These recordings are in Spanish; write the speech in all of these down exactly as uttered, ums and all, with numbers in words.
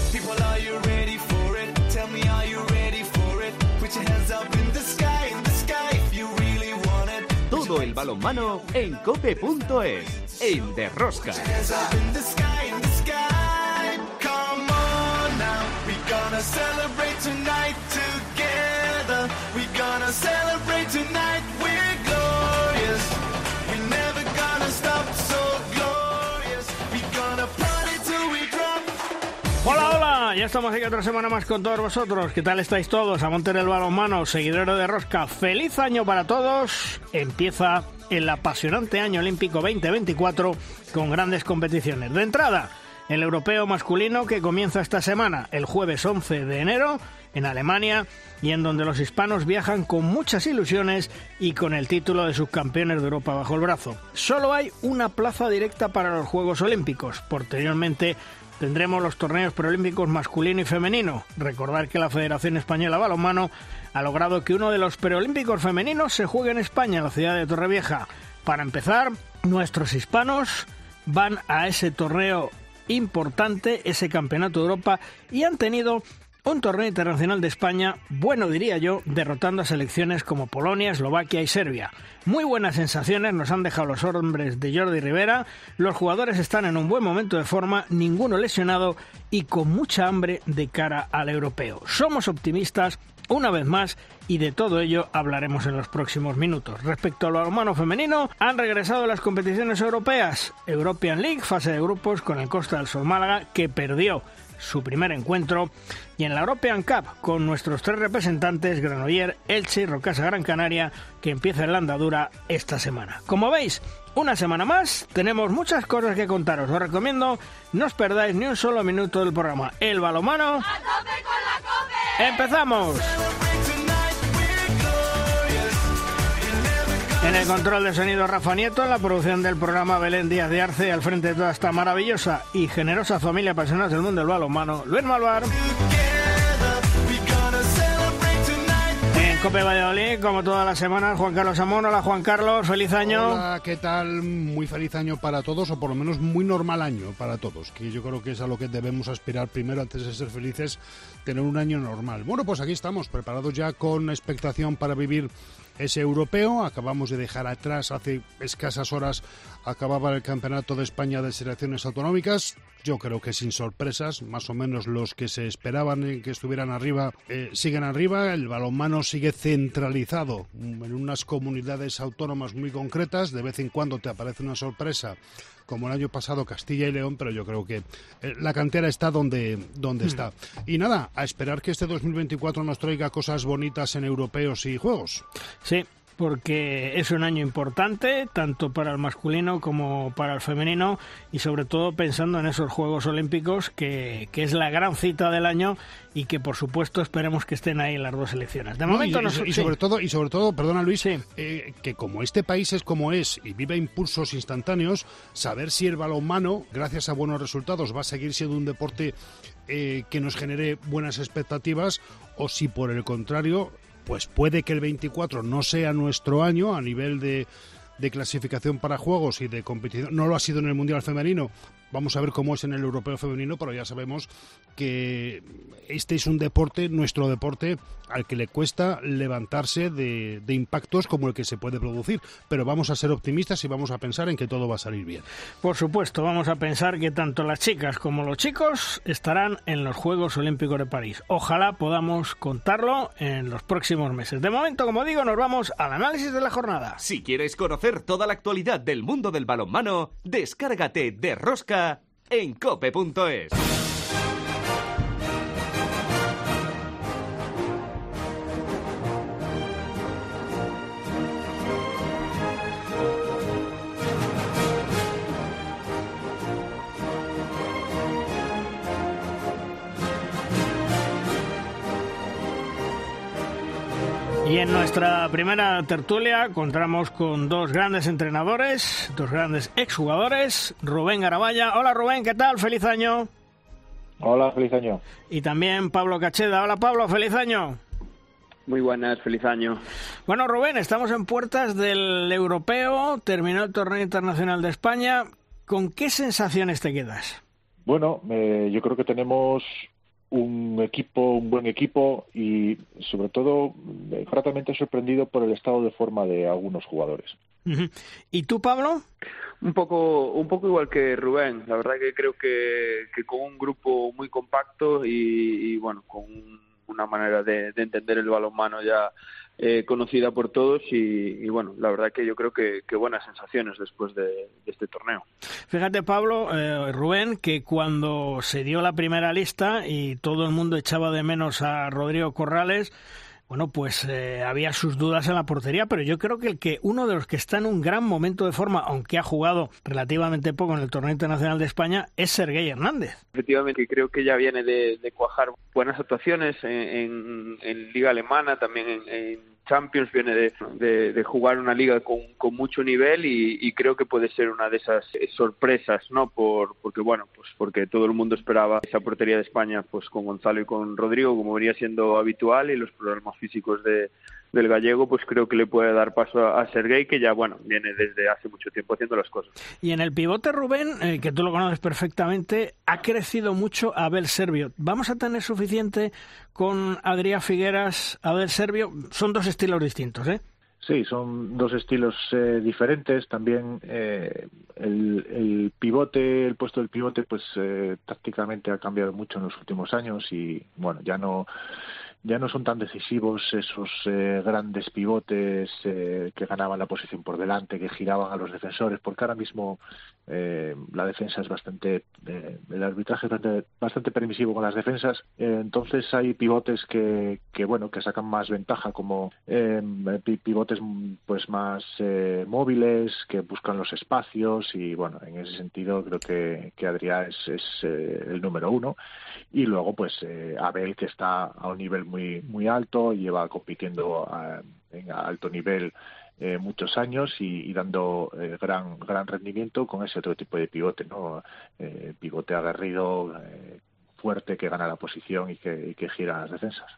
People, are you ready for it? Tell me, are you ready for it? Put your hands up in the sky, in the sky, if you really want it. Todo el balonmano en cope punto es, en De Rosca. Put your hands up in the sky, in the sky. Come on now, we're gonna celebrate tonight together. We're gonna celebrate tonight, we're glorious. We're never gonna stop, so glorious. We're gonna party till we drop. Hola, hola, ya estamos aquí otra semana más con todos vosotros. ¿Qué tal estáis todos? Amantes del balonmano, seguidores de Rosca, feliz año para todos. Empieza el apasionante año olímpico veinte veinticuatro con grandes competiciones. De entrada, el europeo masculino que comienza esta semana, el jueves once de enero, en Alemania, y en donde los hispanos viajan con muchas ilusiones y con el título de subcampeones de Europa bajo el brazo. Solo hay una plaza directa para los Juegos Olímpicos. Posteriormente tendremos los torneos preolímpicos masculino y femenino. Recordar que la Federación Española de Balonmano ha logrado que uno de los preolímpicos femeninos se juegue en España, en la ciudad de Torrevieja. Para empezar, nuestros hispanos van a ese torneo importante, ese Campeonato de Europa, y han tenido un torneo internacional de España, bueno diría yo, derrotando a selecciones como Polonia, Eslovaquia y Serbia. Muy buenas sensaciones nos han dejado los hombres de Jordi Rivera, los jugadores están en un buen momento de forma, ninguno lesionado y con mucha hambre de cara al europeo. Somos optimistas una vez más y de todo ello hablaremos en los próximos minutos. Respecto al balonmano femenino, han regresado las competiciones europeas. European League, fase de grupos con el Costa del Sol Málaga, que perdió su primer encuentro, y en la European Cup con nuestros tres representantes, Granollers, Elche y Rocasa Gran Canaria, que empieza en la andadura esta semana. Como veis, una semana más, tenemos muchas cosas que contaros. Os recomiendo no os perdáis ni un solo minuto del programa. El balonmano ¡a tope con la COPE! ¡Empezamos! En el control de sonido Rafa Nieto, en la producción del programa Belén Díaz de Arce, al frente de toda esta maravillosa y generosa familia apasionada del mundo del balonmano, Luis Malvar. En Cope Valladolid, como todas las semanas, Juan Carlos Amón. Hola Juan Carlos, feliz año. Hola, ¿qué tal? Muy feliz año para todos, o por lo menos muy normal año para todos, que yo creo que es a lo que debemos aspirar primero antes de ser felices, tener un año normal. Bueno, pues aquí estamos, preparados ya con expectación para vivir ese europeo. Acabamos de dejar atrás, hace escasas horas acababa el Campeonato de España de Selecciones Autonómicas. Yo creo que sin sorpresas, más o menos los que se esperaban que estuvieran arriba eh, siguen arriba. El balonmano sigue centralizado en unas comunidades autónomas muy concretas. De vez en cuando te aparece una sorpresa, como el año pasado Castilla y León, pero yo creo que eh, la cantera está donde, donde mm. está. Y nada, a esperar que este dos mil veinticuatro nos traiga cosas bonitas en europeos y juegos. Sí, porque es un año importante, tanto para el masculino como para el femenino, y sobre todo pensando en esos Juegos Olímpicos, que, que es la gran cita del año y que, por supuesto, esperemos que estén ahí las dos selecciones. De no, momento y, nos... y, sobre sí. todo, y sobre todo, perdona Luis, sí. eh, que como este país es como es y vive impulsos instantáneos, saber si el balonmano, gracias a buenos resultados, va a seguir siendo un deporte eh, que nos genere buenas expectativas, o si por el contrario, pues puede que el veinticuatro no sea nuestro año a nivel de, de clasificación para juegos y de competición. No lo ha sido en el Mundial Femenino. Vamos a ver cómo es en el Europeo Femenino, pero ya sabemos que este es un deporte, nuestro deporte, al que le cuesta levantarse de, de impactos como el que se puede producir. Pero vamos a ser optimistas y vamos a pensar en que todo va a salir bien. Por supuesto, vamos a pensar que tanto las chicas como los chicos estarán en los Juegos Olímpicos de París. Ojalá podamos contarlo en los próximos meses. De momento, como digo, nos vamos al análisis de la jornada. Si quieres conocer toda la actualidad del mundo del balonmano, descárgate de Rosca en cope punto es. Y en nuestra primera tertulia contamos con dos grandes entrenadores, dos grandes exjugadores, Rubén Garabaya. Hola Rubén, ¿qué tal? Feliz año. Hola, feliz año. Y también Pablo Cacheda. Hola Pablo, feliz año. Muy buenas, feliz año. Bueno Rubén, estamos en puertas del europeo, terminó el torneo internacional de España. ¿Con qué sensaciones te quedas? Bueno, eh, yo creo que tenemos un equipo, un buen equipo y sobre todo eh, gratamente sorprendido por el estado de forma de algunos jugadores. Uh-huh. ¿Y tú, Pablo? Un poco, un poco igual que Rubén. La verdad que creo que, que con un grupo muy compacto y, y bueno, con una manera de, de entender el balonmano ya eh, conocida por todos y, y bueno, la verdad que yo creo que, que buenas sensaciones después de, de este torneo. Fíjate, Pablo, eh, Rubén, que cuando se dio la primera lista y todo el mundo echaba de menos a Rodrigo Corrales, bueno, pues eh, había sus dudas en la portería, pero yo creo que el que uno de los que está en un gran momento de forma, aunque ha jugado relativamente poco en el torneo internacional de España, es Serguei Hernández. Efectivamente, creo que ya viene de, de cuajar buenas actuaciones en, en, en Liga Alemana, también en, en Champions, viene de, de, de jugar una liga con, con mucho nivel y, y creo que puede ser una de esas sorpresas, ¿no? Por, porque bueno, pues porque todo el mundo esperaba esa portería de España, pues con Gonzalo y con Rodrigo, como venía siendo habitual, y los problemas físicos de del gallego, pues creo que le puede dar paso a, a Serguei, que ya, bueno, viene desde hace mucho tiempo haciendo las cosas. Y en el pivote, Rubén, eh, que tú lo conoces perfectamente, ha crecido mucho Abel Servio. ¿Vamos a tener suficiente con Adrià Figueras, Abel Servio? Son dos estilos distintos, ¿eh? Sí, son dos estilos eh, diferentes. También eh, el, el pivote, el puesto del pivote, pues eh, tácticamente ha cambiado mucho en los últimos años y, bueno, ya no... ya no son tan decisivos esos eh, grandes pivotes eh, que ganaban la posición por delante, que giraban a los defensores, porque ahora mismo eh, la defensa es bastante, eh, el arbitraje es bastante, bastante permisivo con las defensas, eh, entonces hay pivotes que, que bueno, que sacan más ventaja, como eh, pivotes pues más eh, móviles, que buscan los espacios y bueno, en ese sentido creo que, que Adrià es, es eh, el número uno, y luego pues eh, Abel, que está a un nivel muy muy alto, lleva compitiendo a, en alto nivel eh, muchos años y, y dando eh, gran gran rendimiento con ese otro tipo de pivote, ¿no? Eh, pivote aguerrido, eh, fuerte, que gana la posición y que, y que gira las defensas.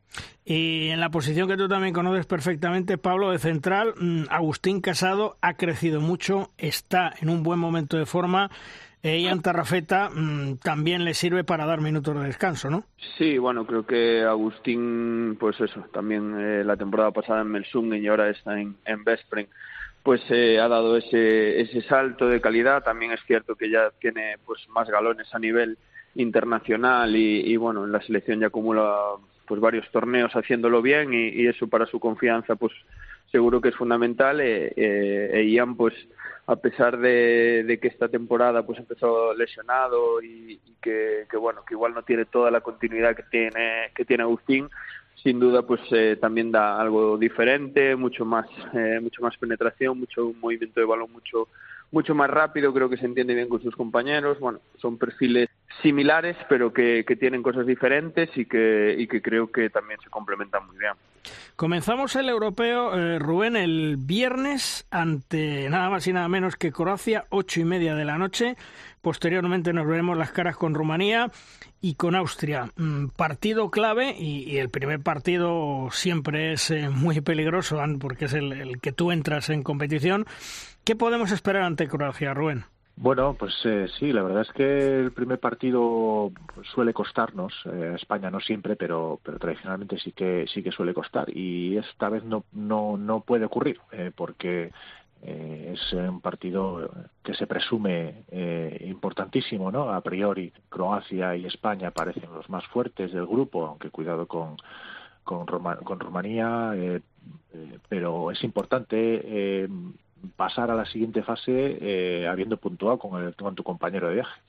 Y en la posición que tú también conoces perfectamente, Pablo, de central, Agustín Casado ha crecido mucho, está en un buen momento de forma. Eh, Ian Tarrafeta mmm, también le sirve para dar minutos de descanso, ¿no? Sí, bueno, creo que Agustín, pues eso, también eh, la temporada pasada en Melsungen y ahora está en, en Veszprém, pues eh, ha dado ese ese salto de calidad. También es cierto que ya tiene pues más galones a nivel internacional y, y bueno, en la selección ya acumula pues varios torneos haciéndolo bien y, y eso para su confianza pues seguro que es fundamental. Eh, eh, e Ian, pues a pesar de, de que esta temporada pues empezó lesionado y, y que, que bueno, que igual no tiene toda la continuidad que tiene que tiene Agustín, sin duda pues eh, también da algo diferente, mucho más eh, mucho más penetración, mucho movimiento de balón mucho mucho más rápido, creo que se entiende bien con sus compañeros. Bueno, son perfiles similares pero que, que tienen cosas diferentes y que y que creo que también se complementan muy bien. Comenzamos el europeo, eh, Rubén, el viernes ante nada más y nada menos que Croacia, ocho y media de la noche. Posteriormente nos veremos las caras con Rumanía y con Austria. Mm, partido clave y, y el primer partido siempre es eh, muy peligroso porque es el, el que tú entras en competición. ¿Qué podemos esperar ante Croacia, Rubén? Bueno, pues eh, sí, la verdad es que el primer partido suele costarnos, eh, España no siempre, pero pero tradicionalmente sí que sí que suele costar y esta vez no no no puede ocurrir eh, porque eh, es un partido que se presume eh, importantísimo, ¿no? A priori Croacia y España parecen los más fuertes del grupo, aunque cuidado con con, Roma, con Rumanía, eh, eh, pero es importante eh, pasar a la siguiente fase eh, habiendo puntuado con, el, con tu compañero de viaje.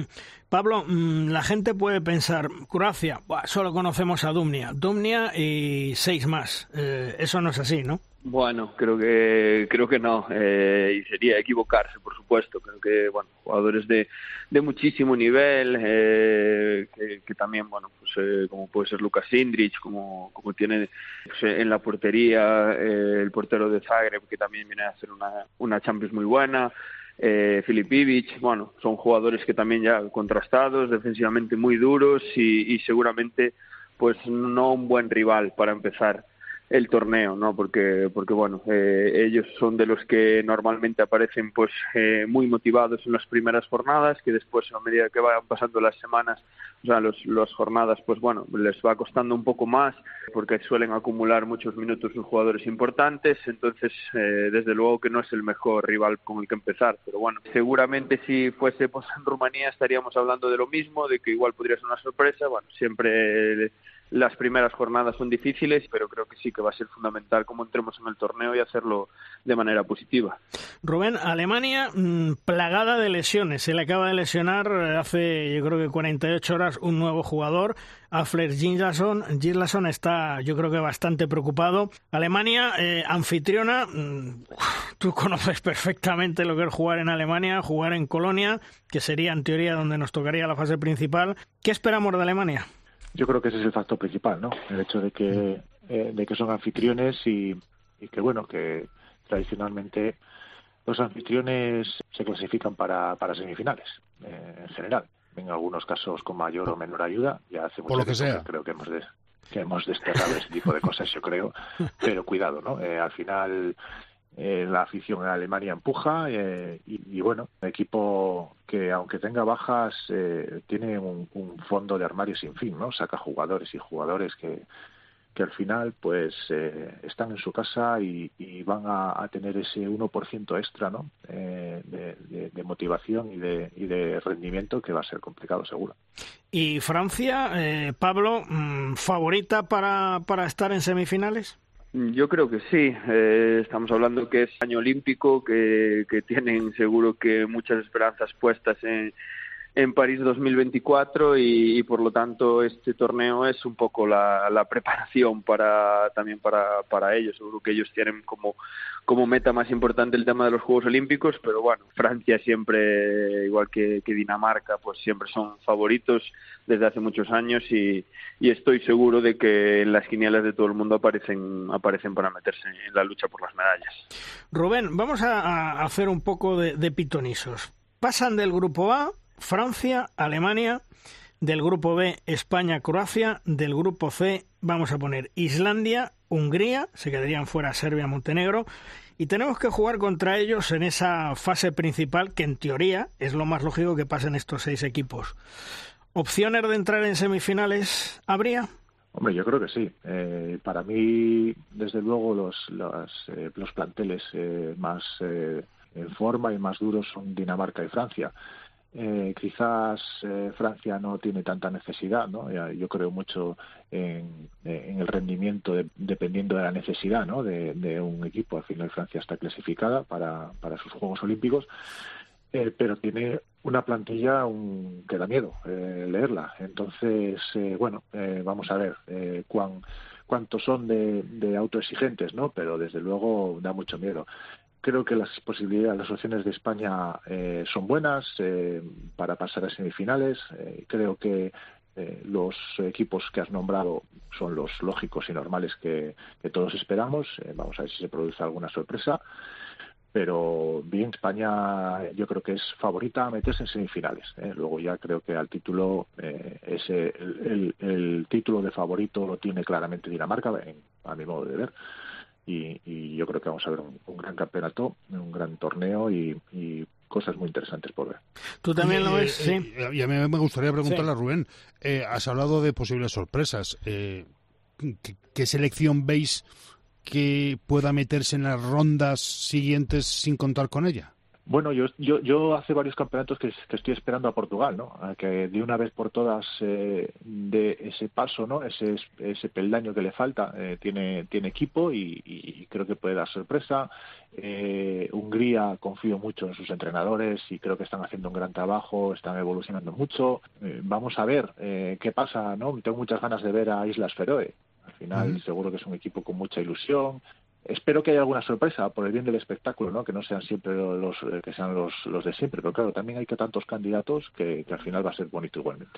Pablo, la gente puede pensar, Croacia, buah, solo conocemos a Dumnia, Dumnia y seis más. Eh, eso no es así, ¿no? Bueno, creo que creo que no, eh, y sería equivocarse, por supuesto. Creo que bueno, jugadores de, de muchísimo nivel, eh, que, que también bueno, pues eh, como puede ser Luka Šindrić, como como tiene pues, en la portería eh, el portero de Zagreb, que también viene a hacer una una Champions muy buena. Eh, Filip Ivić, bueno, son jugadores que también ya contrastados, defensivamente muy duros y, y seguramente pues no un buen rival para empezar. el torneo, ¿no? Porque, porque bueno, eh, ellos son de los que normalmente aparecen pues eh, muy motivados en las primeras jornadas, que después a medida que vayan pasando las semanas, o sea, los, las jornadas, pues bueno, les va costando un poco más, porque suelen acumular muchos minutos sus jugadores importantes, entonces eh, desde luego que no es el mejor rival con el que empezar, pero bueno, seguramente si fuese pues en Rumanía estaríamos hablando de lo mismo, de que igual podría ser una sorpresa, bueno, siempre... Eh, Las primeras jornadas son difíciles, pero creo que sí que va a ser fundamental cómo entremos en el torneo y hacerlo de manera positiva. Rubén, Alemania mmm, plagada de lesiones. Se le acaba de lesionar hace, yo creo que cuarenta y ocho horas, un nuevo jugador, Alfred Gislason. Gislason está, yo creo que bastante preocupado. Alemania, eh, anfitriona, mmm, tú conoces perfectamente lo que es jugar en Alemania, jugar en Colonia, que sería en teoría donde nos tocaría la fase principal. ¿Qué esperamos de Alemania? Yo creo que ese es el factor principal, ¿no? El hecho de que eh, de que son anfitriones y, y que, bueno, que tradicionalmente los anfitriones se clasifican para, para semifinales, eh, en general. En algunos casos con mayor o menor ayuda. Ya hace mucho Por lo que tiempo sea. que creo que hemos, de, que hemos desterrado ese tipo de cosas, yo creo. Pero cuidado, ¿no? Eh, al final... Eh, la afición en Alemania empuja eh, y, y bueno, un equipo que aunque tenga bajas eh, tiene un, un fondo de armario sin fin, ¿no? Saca jugadores y jugadores que, que al final pues eh, están en su casa y, y van a, a tener ese uno por ciento extra, ¿no? Eh, de, de, de motivación y de, y de rendimiento que va a ser complicado seguro. ¿Y Francia, eh, Pablo, mmm, favorita para, para estar en semifinales? Yo creo que sí. Eh, estamos hablando que es año olímpico, que, que tienen seguro que muchas esperanzas puestas en, en París dos mil veinticuatro y, y por lo tanto este torneo es un poco la, la preparación para también para, para ellos. Seguro que ellos tienen como, como meta más importante el tema de los Juegos Olímpicos, pero bueno, Francia siempre, igual que, que Dinamarca, pues siempre son favoritos desde hace muchos años y, y estoy seguro de que en las quinielas de todo el mundo aparecen aparecen para meterse en la lucha por las medallas. Rubén, vamos a, a hacer un poco de, de pitonisos. Pasan del grupo A Francia, Alemania, del grupo B España, Croacia, del grupo C vamos a poner Islandia, Hungría, se quedarían fuera Serbia, Montenegro, y tenemos que jugar contra ellos en esa fase principal que en teoría es lo más lógico que pasen estos seis equipos. ¿Opciones de entrar en semifinales habría? Hombre, yo creo que sí. Eh, para mí, desde luego, los los, eh, los planteles eh, más eh, en forma y más duros son Dinamarca y Francia. Eh, quizás eh, Francia no tiene tanta necesidad, ¿no? Yo creo mucho en, en el rendimiento de, dependiendo de la necesidad, ¿no? de, de un equipo. Al final Francia está clasificada para, para sus Juegos Olímpicos, eh, pero tiene una plantilla un, que da miedo eh, leerla. Entonces, eh, bueno, eh, vamos a ver eh, cuán, cuántos son de, de autoexigentes, ¿no? Pero desde luego da mucho miedo. Creo que las posibilidades, las opciones de España eh, son buenas eh, para pasar a semifinales. Eh, creo que eh, los equipos que has nombrado son los lógicos y normales que, que todos esperamos. Eh, vamos a ver si se produce alguna sorpresa. Pero bien, España yo creo que es favorita a meterse en semifinales. ¿eh? Luego ya creo que al título, eh, ese, el, el, el título de favorito lo tiene claramente Dinamarca, en, a mi modo de ver. Y, y yo creo que vamos a ver un, un gran campeonato, un gran torneo y, y cosas muy interesantes por ver. ¿Tú también eh, lo ves? Eh, sí. Eh, y a mí me gustaría preguntarle sí. a Rubén, eh, has hablado de posibles sorpresas. Eh, ¿qué, ¿Qué selección veis que pueda meterse en las rondas siguientes sin contar con ella? Bueno, yo, yo, yo hace varios campeonatos que, que estoy esperando a Portugal, ¿no? A que de una vez por todas eh, de ese paso, ¿no? Ese, ese peldaño que le falta. Eh, tiene, tiene equipo y, y creo que puede dar sorpresa. Eh, Hungría, confío mucho en sus entrenadores y creo que están haciendo un gran trabajo, están evolucionando mucho. Eh, vamos a ver eh, qué pasa, ¿no? Tengo muchas ganas de ver a Islas Feroe. Al final, uh-huh. seguro que es un equipo con mucha ilusión. Espero que haya alguna sorpresa por el bien del espectáculo, ¿no? Que no sean siempre los que sean los, los de siempre, pero claro, también hay que tantos candidatos que, que al final va a ser bonito igualmente.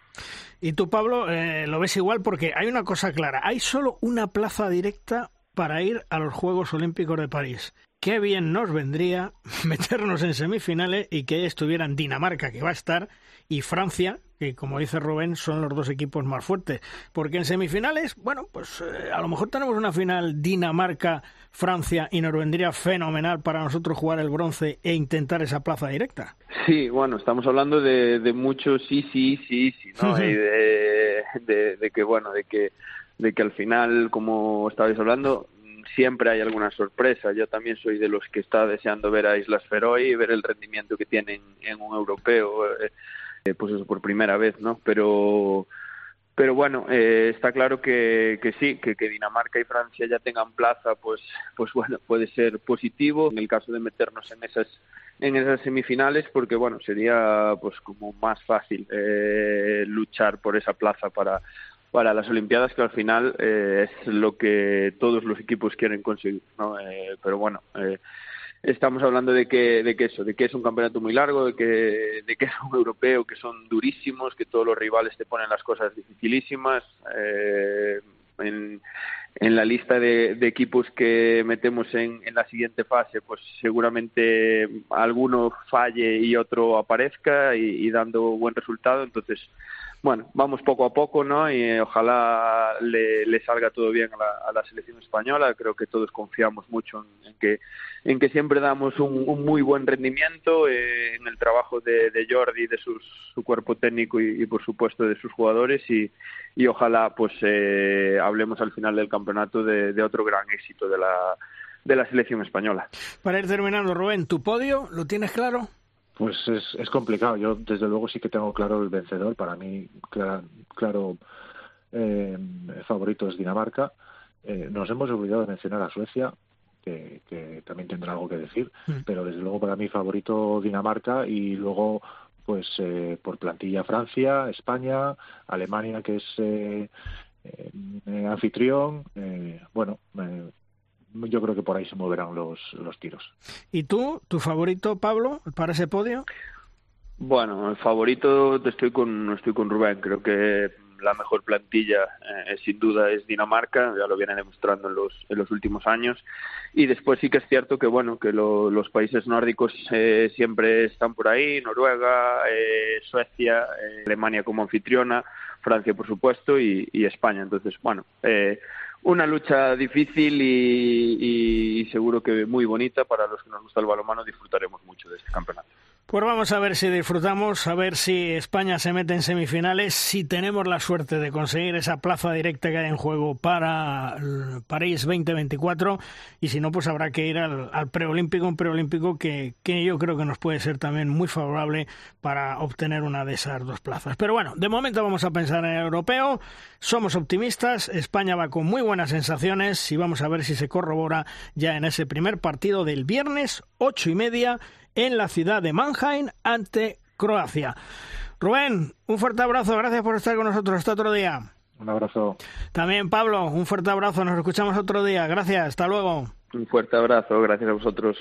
Y tú, Pablo, eh, lo ves igual porque hay una cosa clara, hay solo una plaza directa para ir a los Juegos Olímpicos de París. qué bien nos vendría meternos en semifinales y que estuvieran Dinamarca, que va a estar, y Francia, que como dice Rubén, son los dos equipos más fuertes. Porque en semifinales, bueno, pues eh, a lo mejor tenemos una final Dinamarca-Francia y nos vendría fenomenal para nosotros jugar el bronce e intentar esa plaza directa. Sí, bueno, estamos hablando de, de mucho sí, sí, sí, sí, ¿no? Y de, de, de que, bueno, de que, de que al final, como estabais hablando, siempre hay alguna sorpresa. Yo también soy de los que está deseando ver a Islas Feroe y ver el rendimiento que tienen en un europeo, eh, pues eso, por primera vez, ¿no? Pero pero bueno, eh, está claro que, que sí, que, que Dinamarca y Francia ya tengan plaza, pues pues bueno, puede ser positivo en el caso de meternos en esas en esas semifinales, porque bueno, sería pues como más fácil eh, luchar por esa plaza para para las Olimpiadas, que al final eh, es lo que todos los equipos quieren conseguir, ¿no? Eh, pero bueno, eh, estamos hablando de que, de que eso, de que es un campeonato muy largo, de que, de que es un europeo, que son durísimos, que todos los rivales te ponen las cosas dificilísimas. Eh, en, en la lista de, de equipos que metemos en, en la siguiente fase, pues seguramente alguno falle y otro aparezca y, y dando buen resultado. Entonces, bueno, vamos poco a poco, ¿no? Y eh, ojalá le, le salga todo bien a la, a la selección española. Creo que todos confiamos mucho en, en que en que siempre damos un, un muy buen rendimiento eh, en el trabajo de, de Jordi, de sus, su cuerpo técnico y, y, por supuesto, de sus jugadores. Y, y ojalá, pues, eh, hablemos al final del campeonato de, de otro gran éxito de la, de la selección española. Para ir terminando, Rubén, ¿tu podio lo tienes claro? Pues es, es complicado. Yo, desde luego, sí que tengo claro el vencedor. Para mí, claro, claro eh, el favorito es Dinamarca. Eh, nos hemos olvidado de mencionar a Suecia, que, que también tendrá algo que decir. Mm. Pero, desde luego, para mí, favorito Dinamarca. Y luego, pues, eh, por plantilla, Francia, España, Alemania, que es eh, eh, anfitrión. Eh, bueno... Eh, yo creo que por ahí se moverán los, los tiros. ¿Y tú, tu favorito, Pablo, para ese podio? Bueno, el favorito estoy con estoy con Rubén. Creo que la mejor plantilla eh, sin duda es Dinamarca, ya lo viene demostrando en los en los últimos años. Y después sí que es cierto que bueno que lo, los países nórdicos eh, siempre están por ahí, Noruega, eh, Suecia, eh, Alemania como anfitriona, Francia por supuesto y, y España. Entonces, bueno, eh, una lucha difícil y, y, y seguro que muy bonita. Para los que nos gusta el balonmano disfrutaremos mucho de este campeonato. Pues vamos a ver si disfrutamos, a ver si España se mete en semifinales, si tenemos la suerte de conseguir esa plaza directa que hay en juego para París veinte veinticuatro, y si no, pues habrá que ir al, al preolímpico, un preolímpico que, que yo creo que nos puede ser también muy favorable para obtener una de esas dos plazas. Pero bueno, de momento vamos a pensar en el europeo, somos optimistas, España va con muy buenas sensaciones y vamos a ver si se corrobora ya en ese primer partido del viernes, ocho y media, en la ciudad de Mannheim ante Croacia. Rubén, un fuerte abrazo, gracias por estar con nosotros. Hasta otro día. Un abrazo. También Pablo, un fuerte abrazo, nos escuchamos otro día. Gracias, hasta luego. Un fuerte abrazo, gracias a vosotros.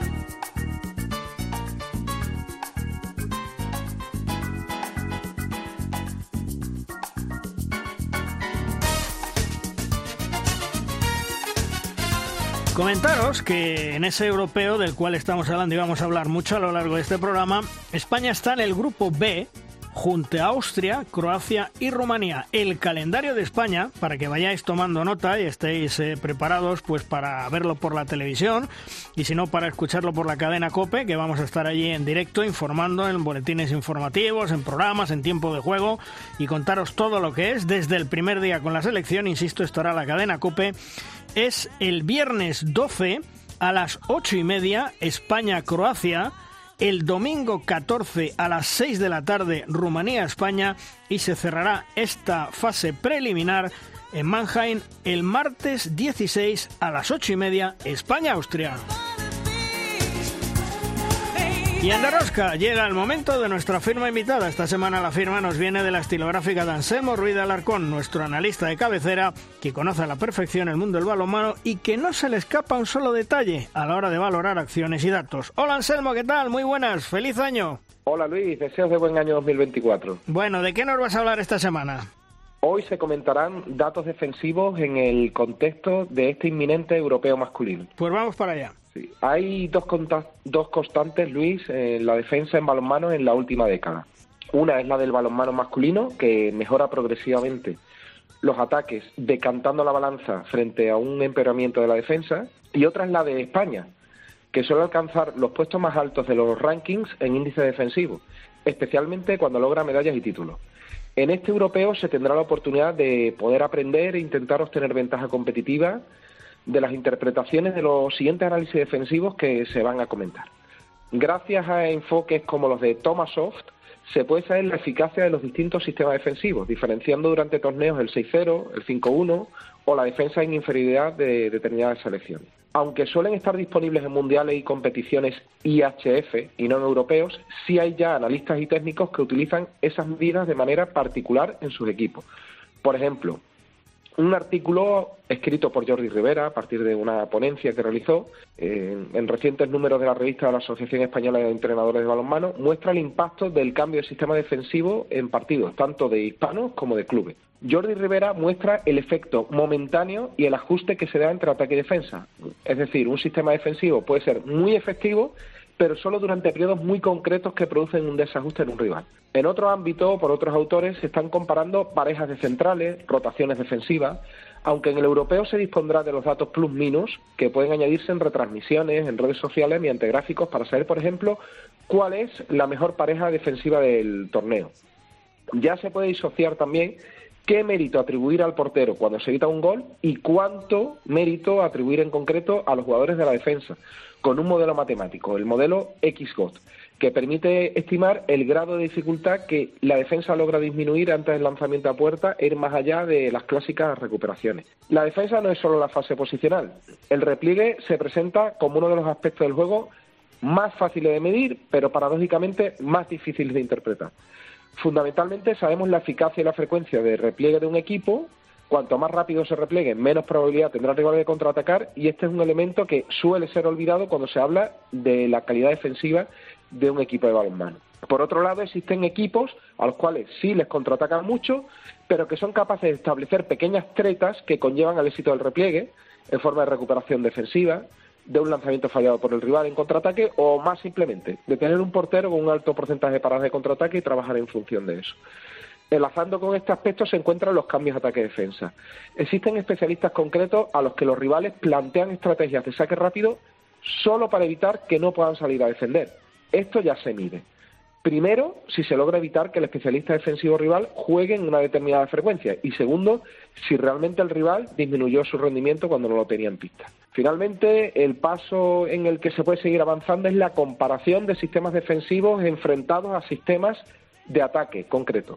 Comentaros que en ese europeo del cual estamos hablando y vamos a hablar mucho a lo largo de este programa, España está en el grupo B junto a Austria, Croacia y Rumanía. El calendario de España, para que vayáis tomando nota y estéis eh, preparados pues para verlo por la televisión y si no para escucharlo por la cadena COPE, que vamos a estar allí en directo informando en boletines informativos, en programas, en tiempo de juego y contaros todo lo que es desde el primer día con la selección. Insisto, estará la cadena COPE. Es el viernes doce a las ocho y media, España-Croacia. El domingo catorce a las seis de la tarde, Rumanía-España. Y se cerrará esta fase preliminar en Mannheim el martes dieciséis a las ocho y media, España-Austria. Y en La Rosca llega el momento de nuestra firma invitada. Esta semana la firma nos viene de la estilográfica de Anselmo Ruiz de Alarcón, nuestro analista de cabecera, que conoce a la perfección el mundo del balonmano y que no se le escapa un solo detalle a la hora de valorar acciones y datos. Hola Anselmo, ¿qué tal? Muy buenas, feliz año. Hola Luis, deseos de buen año dos mil veinticuatro. Bueno, ¿de qué nos vas a hablar esta semana? Hoy se comentarán datos defensivos en el contexto de este inminente europeo masculino. Pues vamos para allá. Sí. Hay dos, conta- dos constantes, Luis, en la defensa en balonmano en la última década. Una es la del balonmano masculino, que mejora progresivamente los ataques, decantando la balanza frente a un empeoramiento de la defensa, y otra es la de España, que suele alcanzar los puestos más altos de los rankings en índice defensivo, especialmente cuando logra medallas y títulos. En este europeo se tendrá la oportunidad de poder aprender e intentar obtener ventaja competitiva de las interpretaciones de los siguientes análisis defensivos que se van a comentar. Gracias a enfoques como los de Thomasoft, se puede saber la eficacia de los distintos sistemas defensivos, diferenciando durante torneos el seis cero, el cinco uno o la defensa en inferioridad de determinadas selecciones. Aunque suelen estar disponibles en mundiales y competiciones I H F y no en europeos, sí hay ya analistas y técnicos que utilizan esas medidas de manera particular en sus equipos. Por ejemplo, un artículo escrito por Jordi Rivera a partir de una ponencia que realizó eh, en recientes números de la revista de la Asociación Española de Entrenadores de Balonmano muestra el impacto del cambio de sistema defensivo en partidos, tanto de hispanos como de clubes. Jordi Rivera muestra el efecto momentáneo y el ajuste que se da entre ataque y defensa. Es decir, un sistema defensivo puede ser muy efectivo, pero solo durante periodos muy concretos que producen un desajuste en un rival. En otro ámbito, por otros autores, se están comparando parejas de centrales, rotaciones defensivas, aunque en el europeo se dispondrá de los datos plus-minus que pueden añadirse en retransmisiones, en redes sociales, mediante gráficos, para saber, por ejemplo, cuál es la mejor pareja defensiva del torneo. Ya se puede disociar también qué mérito atribuir al portero cuando se evita un gol y cuánto mérito atribuir en concreto a los jugadores de la defensa, con un modelo matemático, el modelo X G O T, que permite estimar el grado de dificultad que la defensa logra disminuir antes del lanzamiento a puerta e ir más allá de las clásicas recuperaciones. La defensa no es solo la fase posicional. El repliegue se presenta como uno de los aspectos del juego más fáciles de medir, pero paradójicamente más difíciles de interpretar. Fundamentalmente sabemos la eficacia y la frecuencia de repliegue de un equipo. Cuanto más rápido se repliegue, menos probabilidad tendrá el rival de contraatacar, y este es un elemento que suele ser olvidado cuando se habla de la calidad defensiva de un equipo de balonmano. Por otro lado, existen equipos a los cuales sí les contraatacan mucho, pero que son capaces de establecer pequeñas tretas que conllevan al éxito del repliegue, en forma de recuperación defensiva, de un lanzamiento fallado por el rival en contraataque, o más simplemente, de tener un portero con un alto porcentaje de paradas de contraataque y trabajar en función de eso. Enlazando con este aspecto se encuentran los cambios ataque-defensa. Existen especialistas concretos a los que los rivales plantean estrategias de saque rápido solo para evitar que no puedan salir a defender. Esto ya se mide. Primero, si se logra evitar que el especialista defensivo rival juegue en una determinada frecuencia. Y segundo, si realmente el rival disminuyó su rendimiento cuando no lo tenía en pista. Finalmente, el paso en el que se puede seguir avanzando es la comparación de sistemas defensivos enfrentados a sistemas de ataque concreto,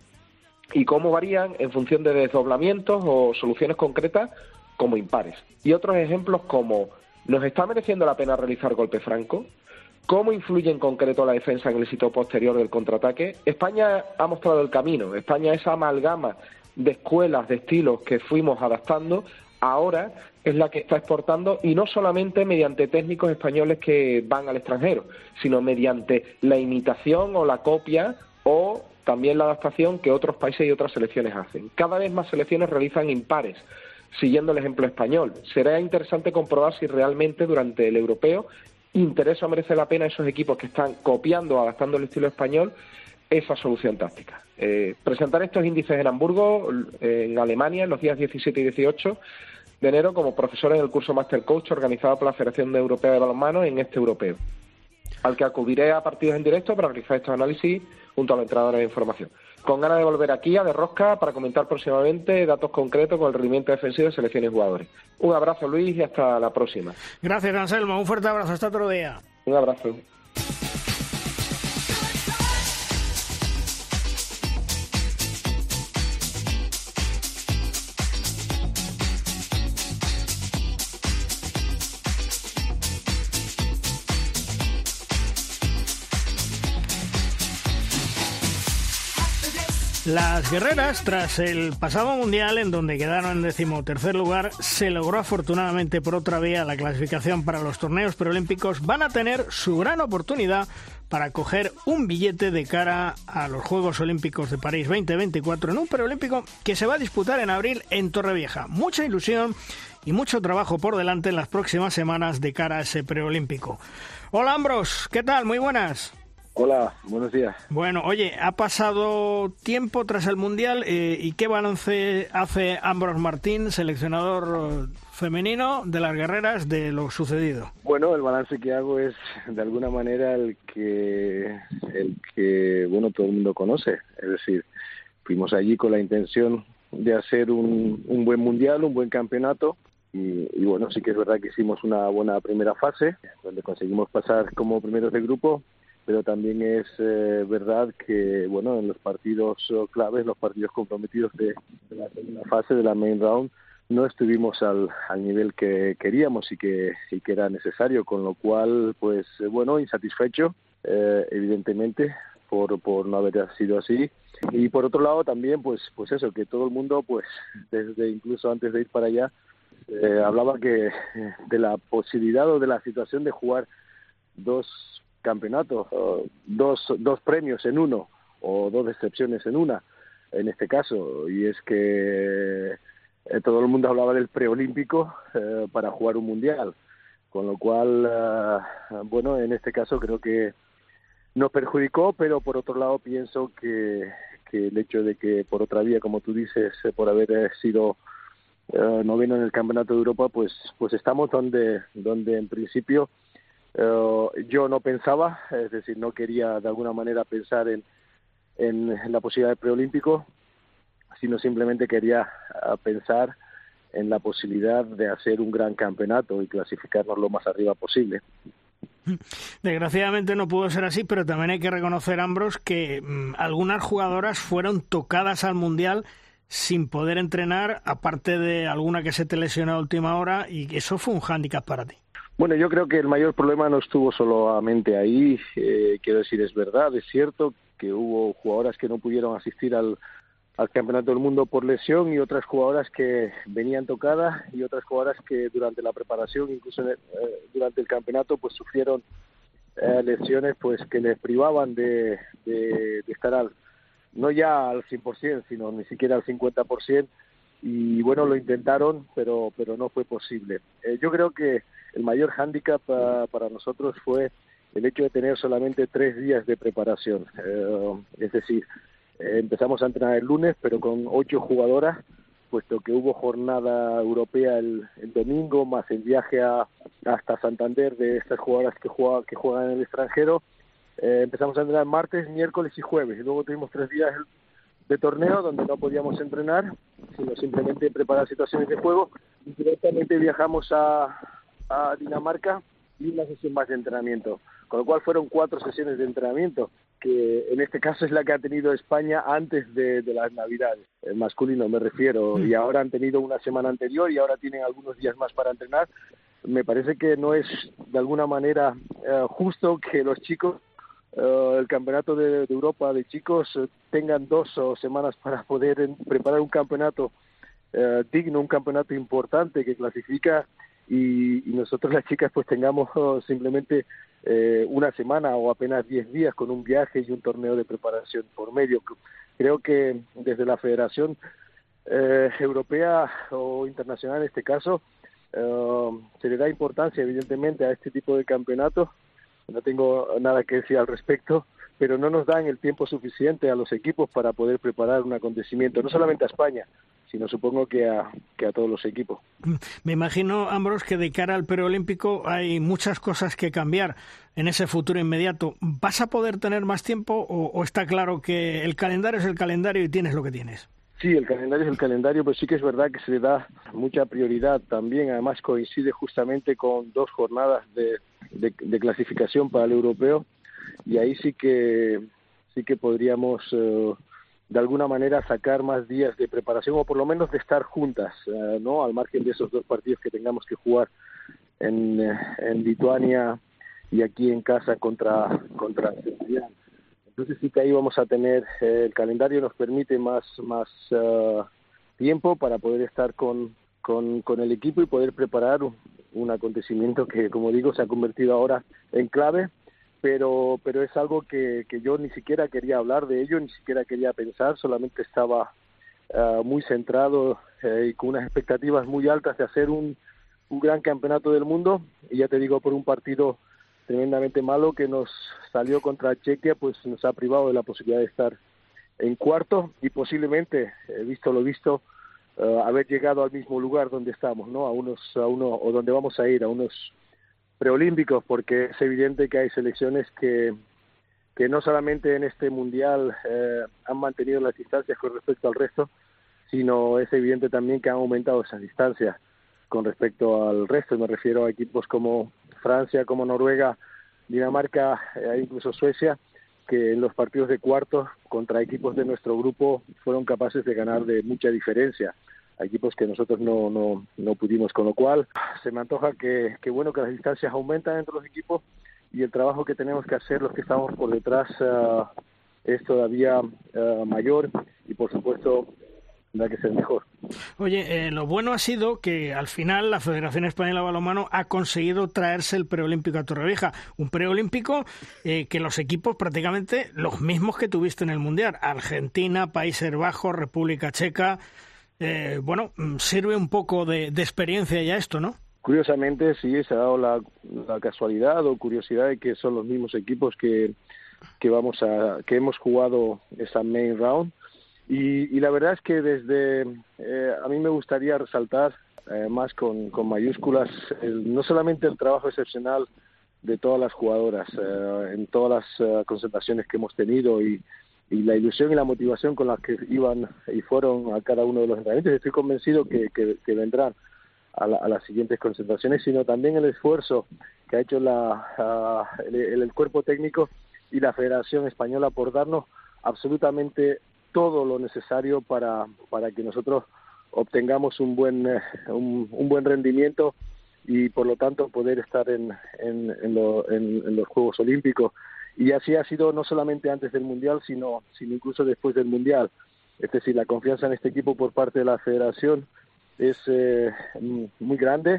y cómo varían en función de desdoblamientos o soluciones concretas como impares. Y otros ejemplos como: ¿nos está mereciendo la pena realizar golpe franco? ¿Cómo influye en concreto la defensa en el éxito posterior del contraataque? España ha mostrado el camino. España, esa amalgama de escuelas, de estilos que fuimos adaptando, ahora es la que está exportando, y no solamente mediante técnicos españoles que van al extranjero, sino mediante la imitación o la copia, o también la adaptación que otros países y otras selecciones hacen. Cada vez más selecciones realizan impares, siguiendo el ejemplo español. Será interesante comprobar si realmente durante el europeo interesa o merece la pena a esos equipos que están copiando o adaptando el estilo español esa solución táctica. Eh, presentar estos índices en Hamburgo, en Alemania, en los días diecisiete y dieciocho de enero, como profesor en el curso Master Coach organizado por la Federación Europea de Balonmano en este europeo, al que acudiré a partidos en directo para realizar estos análisis junto a los entrenadores de información. Con ganas de volver aquí a De Rosca para comentar próximamente datos concretos con el rendimiento defensivo de selecciones y jugadores. Un abrazo, Luis, y hasta la próxima. Gracias, Anselmo. Un fuerte abrazo. Hasta otro día. Un abrazo. Las guerreras, tras el pasado mundial en donde quedaron en decimotercer lugar, se logró afortunadamente por otra vía la clasificación para los torneos preolímpicos. Van a tener su gran oportunidad para coger un billete de cara a los Juegos Olímpicos de París veinte veinticuatro en un preolímpico que se va a disputar en abril en Torrevieja. Mucha ilusión y mucho trabajo por delante en las próximas semanas de cara a ese preolímpico. Hola Ambros, ¿qué tal? Muy buenas. Hola, buenos días. Bueno, oye, ha pasado tiempo tras el Mundial eh, y ¿qué balance hace Ambros Martín, seleccionador femenino de las guerreras, de lo sucedido? Bueno, el balance que hago es de alguna manera el que, el que bueno, todo el mundo conoce. Es decir, fuimos allí con la intención de hacer un, un buen Mundial, un buen campeonato. Y, y bueno, sí que es verdad que hicimos una buena primera fase, donde conseguimos pasar como primeros de grupo. Pero también es eh, verdad que, bueno, en los partidos oh, claves, los partidos comprometidos de, de la segunda fase, de la main round, no estuvimos al, al nivel que queríamos y que, y que era necesario, con lo cual, pues, eh, bueno, insatisfecho, eh, evidentemente, por, por no haber sido así. Y por otro lado también, pues, pues eso, que todo el mundo, pues, desde incluso antes de ir para allá, eh, hablaba que de la posibilidad o de la situación de jugar dos campeonatos, uh, dos, dos premios en uno o dos decepciones en una, en este caso, y es que eh, todo el mundo hablaba del preolímpico eh, para jugar un mundial, con lo cual, uh, bueno, en este caso creo que nos perjudicó, pero por otro lado pienso que, que el hecho de que por otra vía, como tú dices, eh, por haber sido uh, noveno en el Campeonato de Europa, pues, pues estamos donde, donde en principio Uh, yo no pensaba, es decir, no quería de alguna manera pensar en, en la posibilidad del preolímpico, sino simplemente quería uh, pensar en la posibilidad de hacer un gran campeonato y clasificarnos lo más arriba posible. Desgraciadamente no pudo ser así, pero también hay que reconocer, Ambros, que mmm, algunas jugadoras fueron tocadas al Mundial sin poder entrenar, aparte de alguna que se te lesionó a última hora, y eso fue un hándicap para ti. Bueno, yo creo que el mayor problema no estuvo solamente ahí, eh, quiero decir, es verdad, es cierto que hubo jugadoras que no pudieron asistir al, al Campeonato del Mundo por lesión y otras jugadoras que venían tocadas y otras jugadoras que durante la preparación, incluso en el, eh, durante el campeonato, pues sufrieron eh, lesiones pues que les privaban de, de, de estar al, no ya al cien por ciento, sino ni siquiera al cincuenta por ciento, y bueno, lo intentaron, pero, pero no fue posible. Eh, yo creo que el mayor hándicap uh, para nosotros fue el hecho de tener solamente tres días de preparación. Eh, es decir, eh, empezamos a entrenar el lunes, pero con ocho jugadoras, puesto que hubo jornada europea el, el domingo, más el viaje a, hasta Santander de estas jugadoras que, juega, que juegan en el extranjero. Eh, empezamos a entrenar martes, miércoles y jueves, y luego tuvimos tres días de torneo donde no podíamos entrenar, sino simplemente preparar situaciones de juego, y directamente viajamos a a Dinamarca y una sesión más de entrenamiento, con lo cual fueron cuatro sesiones de entrenamiento, que en este caso es la que ha tenido España antes de, de las Navidades, el masculino me refiero, y ahora han tenido una semana anterior y ahora tienen algunos días más para entrenar. Me parece que no es de alguna manera eh, justo que los chicos, eh, el campeonato de, de Europa de chicos, eh, tengan dos o semanas para poder en, preparar un campeonato eh, digno, un campeonato importante que clasifica, Y, y nosotros las chicas pues tengamos oh, simplemente eh, una semana o apenas diez días con un viaje y un torneo de preparación por medio. Creo que desde la Federación eh, Europea o Internacional en este caso eh, se le da importancia evidentemente a este tipo de campeonatos. No tengo nada que decir al respecto, pero no nos dan el tiempo suficiente a los equipos para poder preparar un acontecimiento, no solamente a España, sino supongo que a, que a todos los equipos. Me imagino, Ambros, que de cara al preolímpico hay muchas cosas que cambiar en ese futuro inmediato. ¿Vas a poder tener más tiempo o, o está claro que el calendario es el calendario y tienes lo que tienes? Sí, el calendario es el calendario, pero sí que es verdad que se le da mucha prioridad también. Además coincide justamente con dos jornadas de, de, de clasificación para el europeo, y ahí sí que sí que podríamos eh, de alguna manera sacar más días de preparación, o por lo menos de estar juntas, eh, ¿no? Al margen de esos dos partidos que tengamos que jugar en, eh, en Lituania y aquí en casa contra contra Serbia. Entonces sí que ahí vamos a tener, eh, el calendario nos permite más más uh, tiempo para poder estar con, con, con el equipo y poder preparar un, un acontecimiento que, como digo, se ha convertido ahora en clave. Pero, pero es algo que, que yo ni siquiera quería hablar de ello, ni siquiera quería pensar, solamente estaba uh, muy centrado eh, y con unas expectativas muy altas de hacer un, un gran campeonato del mundo, y ya te digo, por un partido tremendamente malo que nos salió contra Chequia, pues nos ha privado de la posibilidad de estar en cuarto y posiblemente, eh, visto lo visto, uh, haber llegado al mismo lugar donde estamos, ¿no? A unos, a uno, o donde vamos a ir, a unos preolímpicos, porque es evidente que hay selecciones que que no solamente en este mundial eh, han mantenido las distancias con respecto al resto, sino es evidente también que han aumentado esas distancias con respecto al resto. Me refiero a equipos como Francia, como Noruega, Dinamarca e incluso Suecia, que en los partidos de cuartos contra equipos de nuestro grupo fueron capaces de ganar de mucha diferencia a equipos que nosotros no, no, no pudimos, con lo cual se me antoja que, que bueno que las distancias aumentan entre los equipos, y el trabajo que tenemos que hacer los que estamos por detrás uh, es todavía uh, mayor, y por supuesto tendrá que ser mejor. Oye, eh, lo bueno ha sido que al final la Federación Española de Balonmano ha conseguido traerse el preolímpico a Torrevieja, un preolímpico eh, que los equipos prácticamente los mismos que tuviste en el Mundial, Argentina, Países Bajos, República Checa, eh, bueno, sirve un poco de, de experiencia ya esto, ¿no? Curiosamente, sí, se ha dado la, la casualidad o curiosidad de que son los mismos equipos que, que vamos a que hemos jugado esa main round, y, y la verdad es que desde eh, a mí me gustaría resaltar eh, más con, con mayúsculas el, no solamente el trabajo excepcional de todas las jugadoras eh, en todas las uh, concentraciones que hemos tenido, y, y la ilusión y la motivación con las que iban y fueron a cada uno de los entrenamientos. Estoy convencido que, que, que vendrán A, la, a las siguientes concentraciones, sino también el esfuerzo que ha hecho la, uh, el, el cuerpo técnico y la Federación Española por darnos absolutamente todo lo necesario para, para que nosotros obtengamos un buen, un, un buen rendimiento y por lo tanto poder estar en, en, en, lo, en, en los Juegos Olímpicos. Y así ha sido no solamente antes del Mundial, sino, sino incluso después del Mundial. Es decir, la confianza en este equipo por parte de la Federación es eh, muy grande,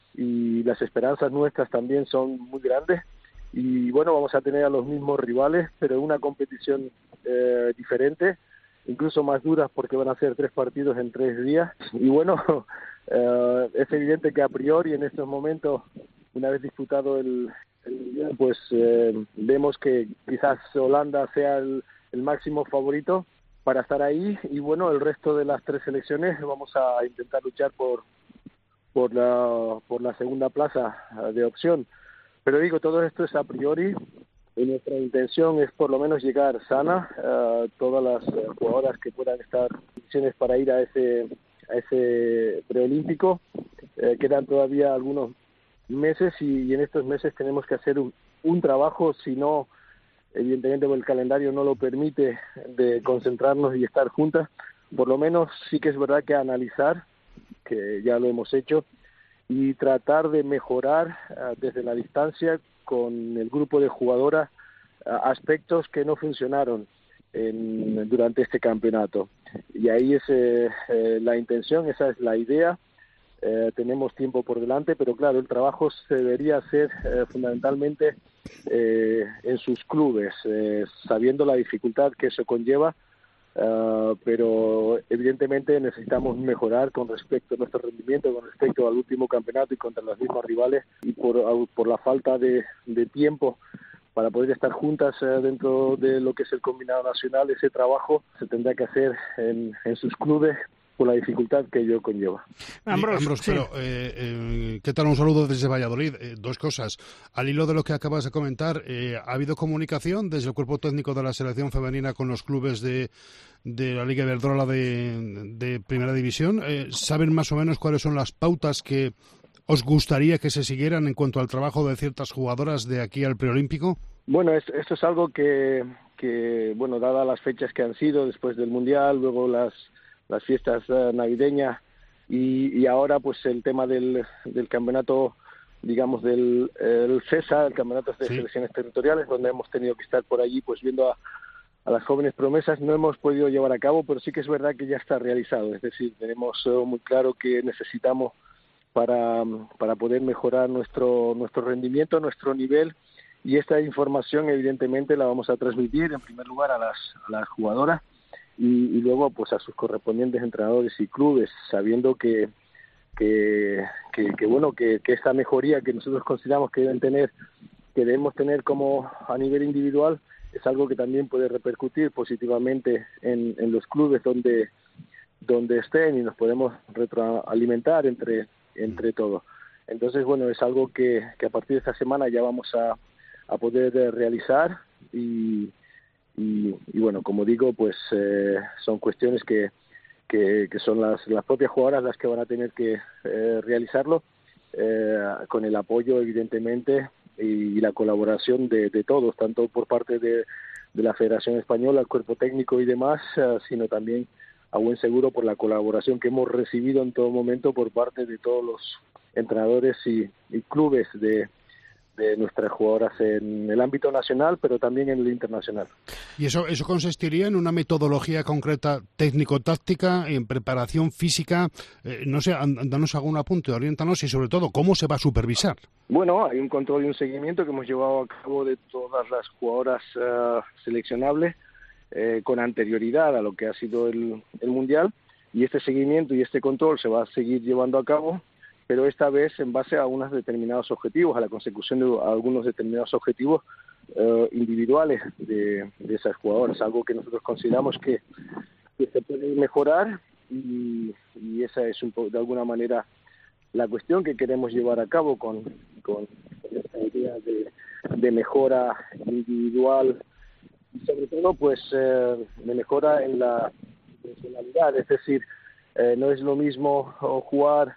y las esperanzas nuestras también son muy grandes, y bueno, vamos a tener a los mismos rivales, pero en una competición eh, diferente, incluso más duras, porque van a ser tres partidos en tres días, y bueno, eh, es evidente que a priori en estos momentos, una vez disputado el, el pues eh, vemos que quizás Holanda sea el, el máximo favorito para estar ahí, y bueno, el resto de las tres selecciones vamos a intentar luchar por por la por la segunda plaza de opción. Pero digo, todo esto es a priori, y nuestra intención es por lo menos llegar sana a uh, todas las uh, jugadoras que puedan estar en condiciones para ir a ese a ese preolímpico. Eh, quedan todavía algunos meses, y, y en estos meses tenemos que hacer un, un trabajo, si no, evidentemente el calendario no lo permite, de concentrarnos y estar juntas. Por lo menos sí que es verdad que analizar, que ya lo hemos hecho, y tratar de mejorar uh, desde la distancia con el grupo de jugadoras uh, aspectos que no funcionaron en, durante este campeonato. Y ahí es eh, eh, la intención, esa es la idea. Eh, tenemos tiempo por delante, pero claro, el trabajo se debería hacer eh, fundamentalmente eh, en sus clubes, eh, sabiendo la dificultad que eso conlleva, uh, pero evidentemente necesitamos mejorar con respecto a nuestro rendimiento, con respecto al último campeonato y contra los mismos rivales, y por, por la falta de, de tiempo para poder estar juntas eh, dentro de lo que es el combinado nacional. Ese trabajo se tendrá que hacer en, en sus clubes, por la dificultad que ello conlleva. Ambros, Ambros, sí. pero eh, eh, ¿qué tal? Un saludo desde Valladolid. Eh, dos cosas. Al hilo de lo que acabas de comentar, eh, ¿ha habido comunicación desde el cuerpo técnico de la selección femenina con los clubes de, de la Liga Iberdrola de, de Primera División? Eh, ¿Saben más o menos cuáles son las pautas que os gustaría que se siguieran en cuanto al trabajo de ciertas jugadoras de aquí al preolímpico? Bueno, es, esto es algo que, que, bueno, dadas las fechas que han sido después del Mundial, luego las las fiestas uh, navideñas y, y ahora pues el tema del, del campeonato, digamos del el CESA, el campeonato de sí. selecciones territoriales, donde hemos tenido que estar por allí pues viendo a, a las jóvenes promesas. No hemos podido llevar a cabo, pero sí que es verdad que ya está realizado, es decir, tenemos uh, muy claro que necesitamos para, para poder mejorar nuestro nuestro rendimiento, nuestro nivel, y esta información evidentemente la vamos a transmitir en primer lugar a las, a las jugadoras, y, y luego pues a sus correspondientes entrenadores y clubes, sabiendo que que, que, que bueno que, que esta mejoría que nosotros consideramos que deben tener, que debemos tener como a nivel individual, es algo que también puede repercutir positivamente en, en los clubes donde donde estén, y nos podemos retroalimentar entre entre todos. Entonces, bueno, es algo que, que a partir de esta semana ya vamos a, a poder realizar y, y, y bueno, como digo, pues eh, son cuestiones que, que, que son las, las propias jugadoras las que van a tener que eh, realizarlo, eh, con el apoyo, evidentemente, y, y la colaboración de, de todos, tanto por parte de, de la Federación Española, el cuerpo técnico y demás, uh, sino también, a buen seguro, por la colaboración que hemos recibido en todo momento por parte de todos los entrenadores y, y clubes de, de nuestras jugadoras en el ámbito nacional, pero también en el internacional. ¿Y eso eso consistiría en una metodología concreta técnico-táctica, en preparación física? Eh, no sé, danos algún apunte, oriéntanos, y sobre todo, ¿cómo se va a supervisar? Bueno, hay un control y un seguimiento que hemos llevado a cabo de todas las jugadoras uh, seleccionables eh, con anterioridad a lo que ha sido el, el Mundial, y este seguimiento y este control se va a seguir llevando a cabo, pero esta vez en base a unos determinados objetivos, a la consecución de algunos determinados objetivos uh, individuales de, de esas jugadoras, algo que nosotros consideramos que, que se puede mejorar, y, y esa es un poco, de alguna manera, la cuestión que queremos llevar a cabo con, con, con esta idea de, de mejora individual, y sobre todo pues eh, de mejora en la funcionalidad, es decir, eh, no es lo mismo jugar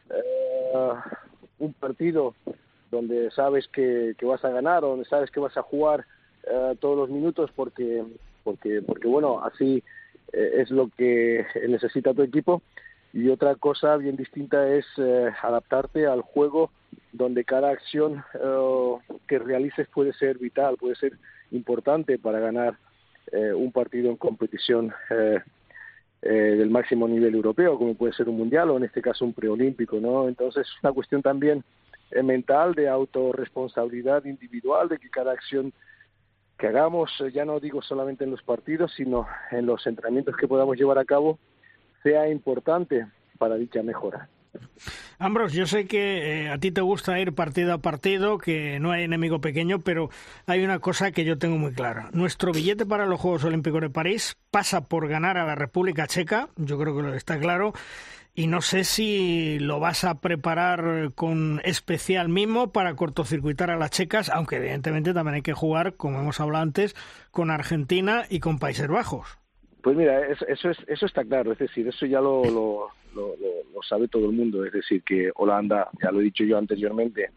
eh, un partido donde sabes que, que vas a ganar, o donde sabes que vas a jugar eh, todos los minutos porque porque porque bueno, así eh, es lo que necesita tu equipo, y otra cosa bien distinta es eh, adaptarte al juego donde cada acción eh, que realices puede ser vital, puede ser importante para ganar eh, un partido en competición eh, eh, del máximo nivel europeo, como puede ser un mundial o en este caso un preolímpico, ¿no? Entonces es una cuestión también eh, mental, de autorresponsabilidad individual, de que cada acción que hagamos, eh, ya no digo solamente en los partidos, sino en los entrenamientos que podamos llevar a cabo, sea importante para dicha mejora. Ambros, yo sé que eh, a ti te gusta ir partido a partido, que no hay enemigo pequeño, pero hay una cosa que yo tengo muy clara. Nuestro billete para los Juegos Olímpicos de París pasa por ganar a la República Checa, yo creo que lo está claro, y no sé si lo vas a preparar con especial mimo para cortocircuitar a las checas, aunque evidentemente también hay que jugar, como hemos hablado antes, con Argentina y con Países Bajos. Pues mira, eso, eso, es, eso está claro, es decir, eso ya lo, lo, lo, lo sabe todo el mundo, es decir, que Holanda, ya lo he dicho yo anteriormente,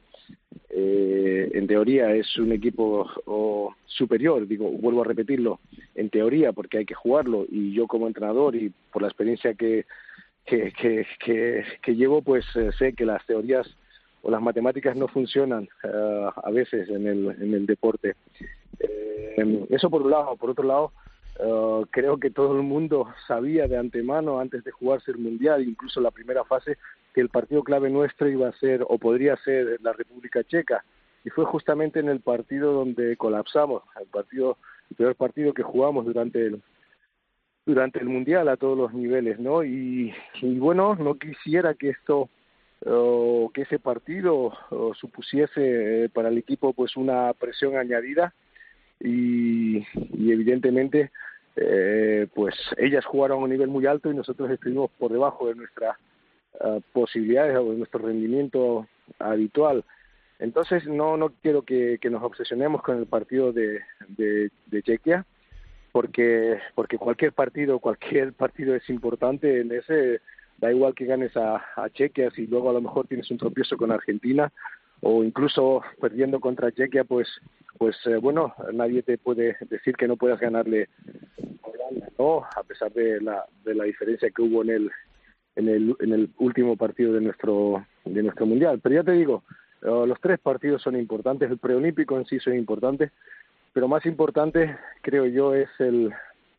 eh, en teoría es un equipo oh, superior, digo, vuelvo a repetirlo, en teoría, porque hay que jugarlo, y yo como entrenador y por la experiencia que, que, que, que, que llevo, pues eh, sé que las teorías o las matemáticas no funcionan uh, a veces en el, en el deporte. Eh, eso por un lado. Por otro lado, Uh, creo que todo el mundo sabía de antemano, antes de jugarse el Mundial, incluso la primera fase, que el partido clave nuestro iba a ser, o podría ser, la República Checa, y fue justamente en el partido donde colapsamos, el partido, el peor partido que jugamos durante el durante el Mundial a todos los niveles, ¿no? Y, y bueno, no quisiera que esto, uh, que ese partido uh, supusiese eh, para el equipo pues una presión añadida, y, y evidentemente eh, pues ellas jugaron a un nivel muy alto y nosotros estuvimos por debajo de nuestras uh, posibilidades o de nuestro rendimiento habitual. Entonces no no quiero que, que nos obsesionemos con el partido de, de, de Chequia, porque porque cualquier partido cualquier partido es importante. En ese da igual que ganes a, a Chequia, si luego a lo mejor tienes un tropiezo con Argentina, o incluso perdiendo contra Chequia, pues pues eh, bueno, nadie te puede decir que no puedas ganarle a Holanda, ¿no? A pesar de la de la diferencia que hubo en el en el en el último partido de nuestro de nuestro mundial. Pero ya te digo, uh, los tres partidos son importantes, el preolímpico en sí es importante, pero más importante, creo yo, es el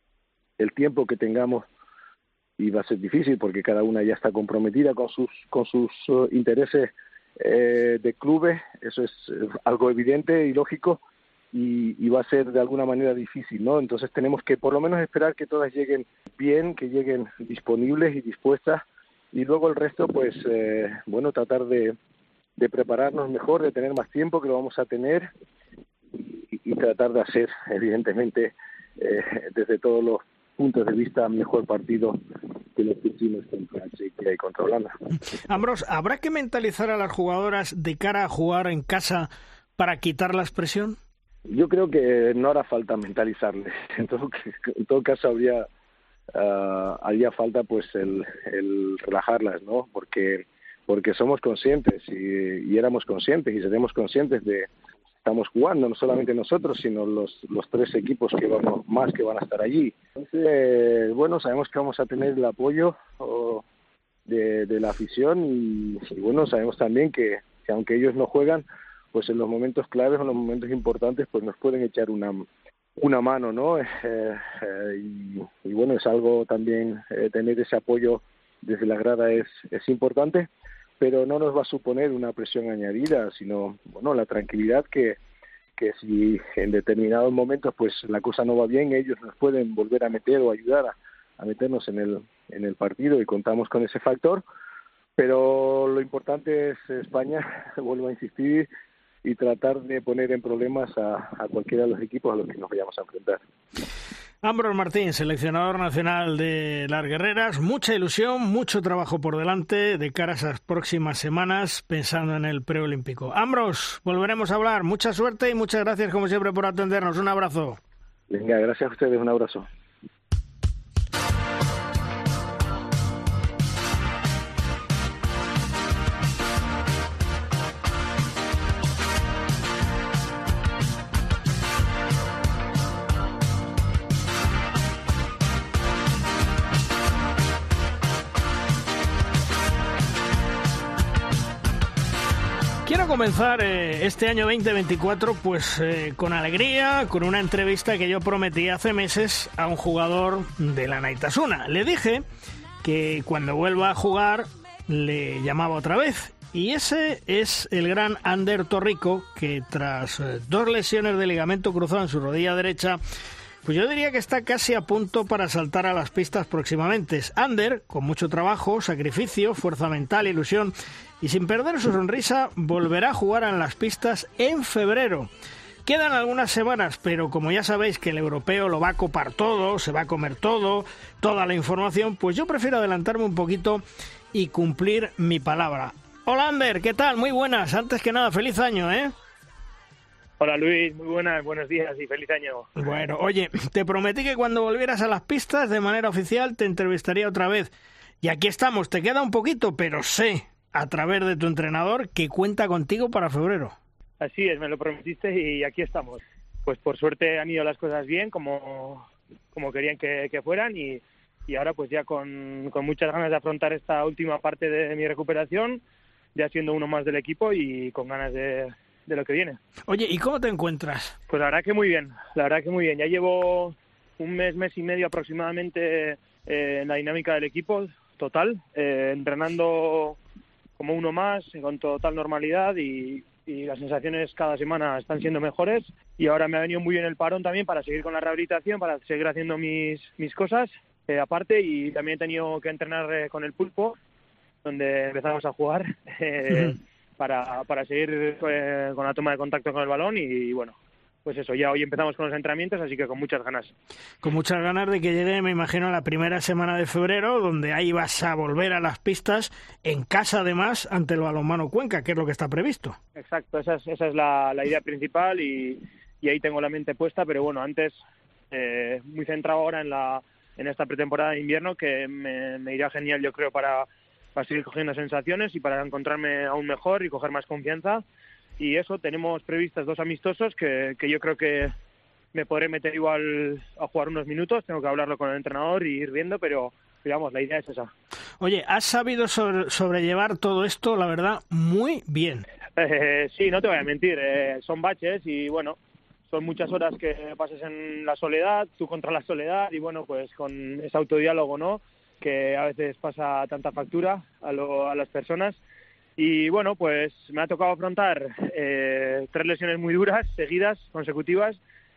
el tiempo que tengamos, y va a ser difícil porque cada una ya está comprometida con sus con sus uh, intereses eh, de clubes, eso es eh, algo evidente y lógico, y, y va a ser de alguna manera difícil, ¿no? Entonces tenemos que por lo menos esperar que todas lleguen bien, que lleguen disponibles y dispuestas, y luego el resto, pues, eh, bueno, tratar de, de prepararnos mejor, de tener más tiempo, que lo vamos a tener, y, y tratar de hacer, evidentemente, eh, desde todos los puntos de vista, mejor partido que los que hicimos contra Chequia y contra Holanda. Ambros, ¿habrá que mentalizar a las jugadoras de cara a jugar en casa para quitar la presión? Yo creo que no hará falta mentalizarles. En todo, en todo caso habría uh, haría falta pues el, el relajarlas, ¿no? Porque porque somos conscientes y, y éramos conscientes y seremos conscientes de estamos jugando, no solamente nosotros, sino los los tres equipos que vamos más que van a estar allí. Entonces, bueno, sabemos que vamos a tener el apoyo oh, de, de la afición y, y bueno, sabemos también que, que aunque ellos no juegan, pues en los momentos claves o en los momentos importantes, pues nos pueden echar una una mano, ¿no? Eh, eh, y, y bueno, es algo también, eh, tener ese apoyo desde la grada es, es importante, pero no nos va a suponer una presión añadida, sino, bueno, la tranquilidad que, que si en determinados momentos pues la cosa no va bien, ellos nos pueden volver a meter o ayudar a, a meternos en el, en el partido y contamos con ese factor, pero lo importante es España, vuelvo a insistir, y tratar de poner en problemas a, a cualquiera de los equipos a los que nos vayamos a enfrentar. Ambros Martín, seleccionador nacional de las guerreras, mucha ilusión, mucho trabajo por delante de cara a esas próximas semanas pensando en el preolímpico. Ambros, volveremos a hablar, mucha suerte y muchas gracias como siempre por atendernos, un abrazo. Venga, gracias a ustedes, un abrazo. Quiero comenzar eh, este año veinte veinticuatro pues eh, con alegría, con una entrevista que yo prometí hace meses a un jugador de la Naitasuna. Le dije que cuando vuelva a jugar le llamaba otra vez. Y ese es el gran Ander Torrico, que tras eh, dos lesiones de ligamento cruzado en su rodilla derecha, pues yo diría que está casi a punto para saltar a las pistas próximamente. Ander, con mucho trabajo, sacrificio, fuerza mental, ilusión, y sin perder su sonrisa, volverá a jugar en las pistas en febrero. Quedan algunas semanas, pero como ya sabéis que el europeo lo va a copar todo, se va a comer todo, toda la información, pues yo prefiero adelantarme un poquito y cumplir mi palabra. Hola Ander, ¿qué tal? Muy buenas. Antes que nada, feliz año, ¿eh? Hola Luis, muy buenas, buenos días y feliz año. Bueno, oye, te prometí que cuando volvieras a las pistas de manera oficial te entrevistaría otra vez. Y aquí estamos, te queda un poquito, pero sé, a través de tu entrenador, que cuenta contigo para febrero. Así es, me lo prometiste y aquí estamos. Pues por suerte han ido las cosas bien, como, como querían que, que fueran, y, y ahora pues ya con, con muchas ganas de afrontar esta última parte de mi recuperación, ya siendo uno más del equipo y con ganas de... de lo que viene. Oye, ¿y cómo te encuentras? Pues la verdad que muy bien, la verdad que muy bien. Ya llevo un mes, mes y medio aproximadamente eh, en la dinámica del equipo total, eh, entrenando como uno más, con total normalidad y, y las sensaciones cada semana están siendo mejores. Y ahora me ha venido muy bien el parón también para seguir con la rehabilitación, para seguir haciendo mis, mis cosas eh, aparte, y también he tenido que entrenar eh, con el pulpo, donde empezamos a jugar. Eh, Para, para seguir eh, con la toma de contacto con el balón y bueno, pues eso, ya hoy empezamos con los entrenamientos, así que con muchas ganas. Con muchas ganas de que llegue, me imagino, la primera semana de febrero, donde ahí vas a volver a las pistas, en casa además, ante el Balonmano Cuenca, que es lo que está previsto. Exacto, esa es, esa es la, la idea principal y, y ahí tengo la mente puesta, pero bueno, antes eh, muy centrado ahora en, la, en esta pretemporada de invierno, que me, me irá genial, yo creo, para... para seguir cogiendo sensaciones y para encontrarme aún mejor y coger más confianza. Y eso, tenemos previstas dos amistosos que, que yo creo que me podré meter igual a jugar unos minutos, tengo que hablarlo con el entrenador y ir viendo, pero digamos, la idea es esa. Oye, has sabido sobre, sobrellevar todo esto, la verdad, muy bien. Eh, sí, no te voy a mentir, eh, son baches y bueno, son muchas horas que pases en la soledad, tú contra la soledad y bueno, pues con ese autodiálogo, ¿no?, que a veces pasa tanta factura a, lo, a las personas Y bueno, pues me ha tocado afrontar eh, tres lesiones muy duras, seguidas, consecutivas,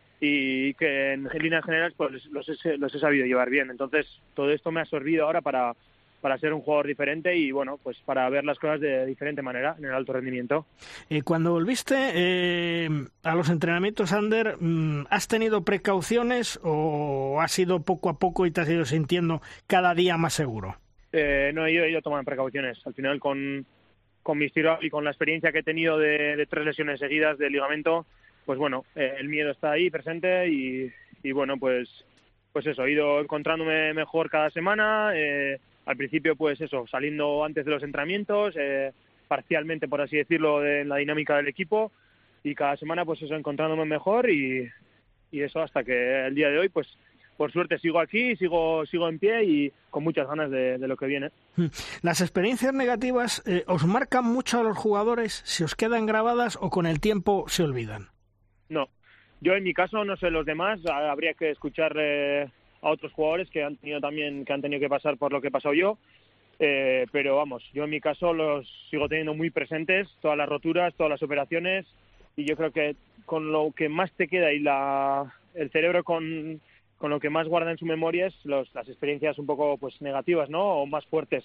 y que en líneas generales pues los he, los he sabido llevar bien. Entonces todo esto me ha servido ahora para, para ser un jugador diferente y bueno, pues para ver las cosas de diferente manera en el alto rendimiento. Eh, cuando volviste eh, a los entrenamientos, Ander, ¿has tenido precauciones o has ido poco a poco y te has ido sintiendo cada día más seguro? Eh, no, yo he ido tomando precauciones. Al final con, con mi estilo y con la experiencia que he tenido de, de tres lesiones seguidas de ligamento, pues bueno, eh, el miedo está ahí presente y, y bueno, pues pues eso, he ido encontrándome mejor cada semana, eh, al principio pues eso, saliendo antes de los entrenamientos, eh, parcialmente por así decirlo, de la dinámica del equipo y cada semana pues eso, encontrándome mejor y, y eso hasta que el día de hoy pues por suerte sigo aquí, sigo sigo en pie y con muchas ganas de, de lo que viene. ¿Las experiencias negativas eh, os marcan mucho a los jugadores? ¿Se os quedan grabadas o con el tiempo se olvidan? No, yo en mi caso, no sé los demás, habría que escuchar eh, a otros jugadores que han tenido también que han tenido que pasar por lo que he pasado yo, eh, pero vamos, yo en mi caso los sigo teniendo muy presentes, todas las roturas, todas las operaciones, y yo creo que con lo que más te queda y la el cerebro con, con lo que más guarda en su memoria es los, las experiencias un poco pues negativas, ¿no? O más fuertes,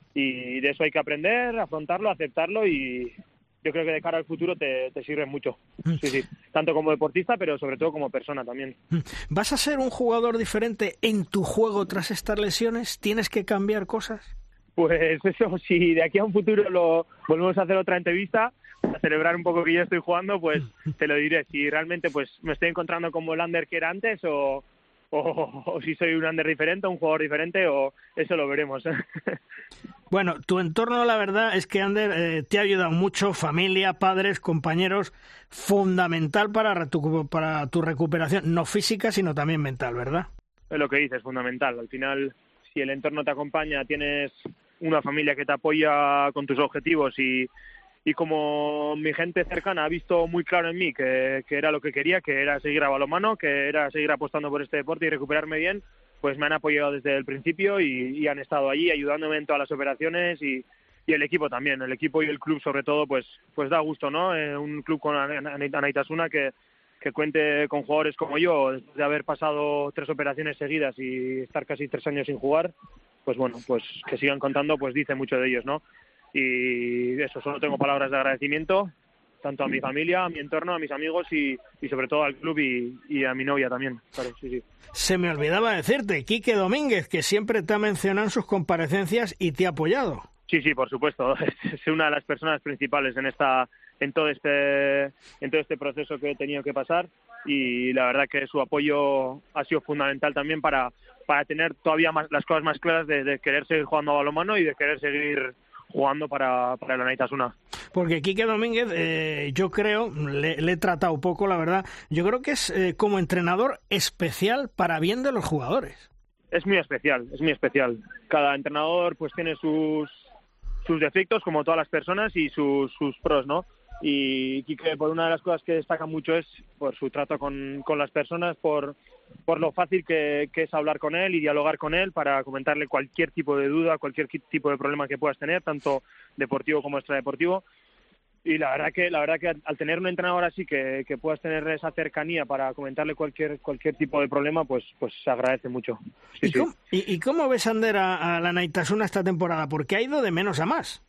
y de eso hay que aprender, afrontarlo, aceptarlo y yo creo que de cara al futuro te, te sirve mucho, sí, sí, tanto como deportista, pero sobre todo como persona también. ¿Vas a ser un jugador diferente en tu juego tras estas lesiones? ¿Tienes que cambiar cosas? Pues eso, si de aquí a un futuro lo volvemos a hacer otra entrevista, a celebrar un poco que yo estoy jugando, pues te lo diré, si realmente pues me estoy encontrando como el Ander que era antes o, o, o si soy un Ander diferente, un jugador diferente, o eso lo veremos. Bueno, tu entorno, la verdad es que, Ander, eh, te ha ayudado mucho, familia, padres, compañeros, fundamental para tu, para tu recuperación, no física, sino también mental, ¿verdad? Es lo que dices, fundamental. Al final, si el entorno te acompaña, tienes una familia que te apoya con tus objetivos y, y como mi gente cercana ha visto muy claro en mí que, que era lo que quería, que era seguir a balonmano, que era seguir apostando por este deporte y recuperarme bien, pues me han apoyado desde el principio y, y han estado allí ayudándome en todas las operaciones y, y el equipo también, el equipo y el club sobre todo, pues pues da gusto, ¿no? Eh, un club con Anaitasuna que, que cuente con jugadores como yo, después de haber pasado tres operaciones seguidas y estar casi tres años sin jugar, pues bueno, pues que sigan contando, pues dice mucho de ellos, ¿no? Y eso, solo tengo palabras de agradecimiento, tanto a mi familia, a mi entorno, a mis amigos y, y sobre todo al club y, y a mi novia también. Claro, sí, sí. Se me olvidaba decirte, Quique Domínguez, que siempre te ha mencionado en sus comparecencias y te ha apoyado. Sí, sí, por supuesto. Es una de las personas principales en esta, en todo este, en todo este proceso que he tenido que pasar y la verdad que su apoyo ha sido fundamental también para, para tener todavía más las cosas más claras de, de querer seguir jugando a balonmano y de querer seguir jugando para, para el Anaitasuna. Porque Quique Domínguez, eh, yo creo, le, le he tratado poco, la verdad, yo creo que es eh, como entrenador especial para bien de los jugadores. Es muy especial, es muy especial. Cada entrenador pues tiene sus, sus defectos, como todas las personas, y sus, sus pros, ¿no? Y Quique, por una de las cosas que destaca mucho es por su trato con, con las personas, por, por lo fácil que, que es hablar con él y dialogar con él para comentarle cualquier tipo de duda, cualquier tipo de problema que puedas tener, tanto deportivo como extradeportivo. Y la verdad que la verdad que al tener un entrenador así que, que puedas tener esa cercanía para comentarle cualquier cualquier tipo de problema, pues pues se agradece mucho. Sí, ¿Y, sí. cómo, y, ¿Y cómo ves, Ander, a, a la Anaitasuna esta temporada? Porque ha ido de menos a más.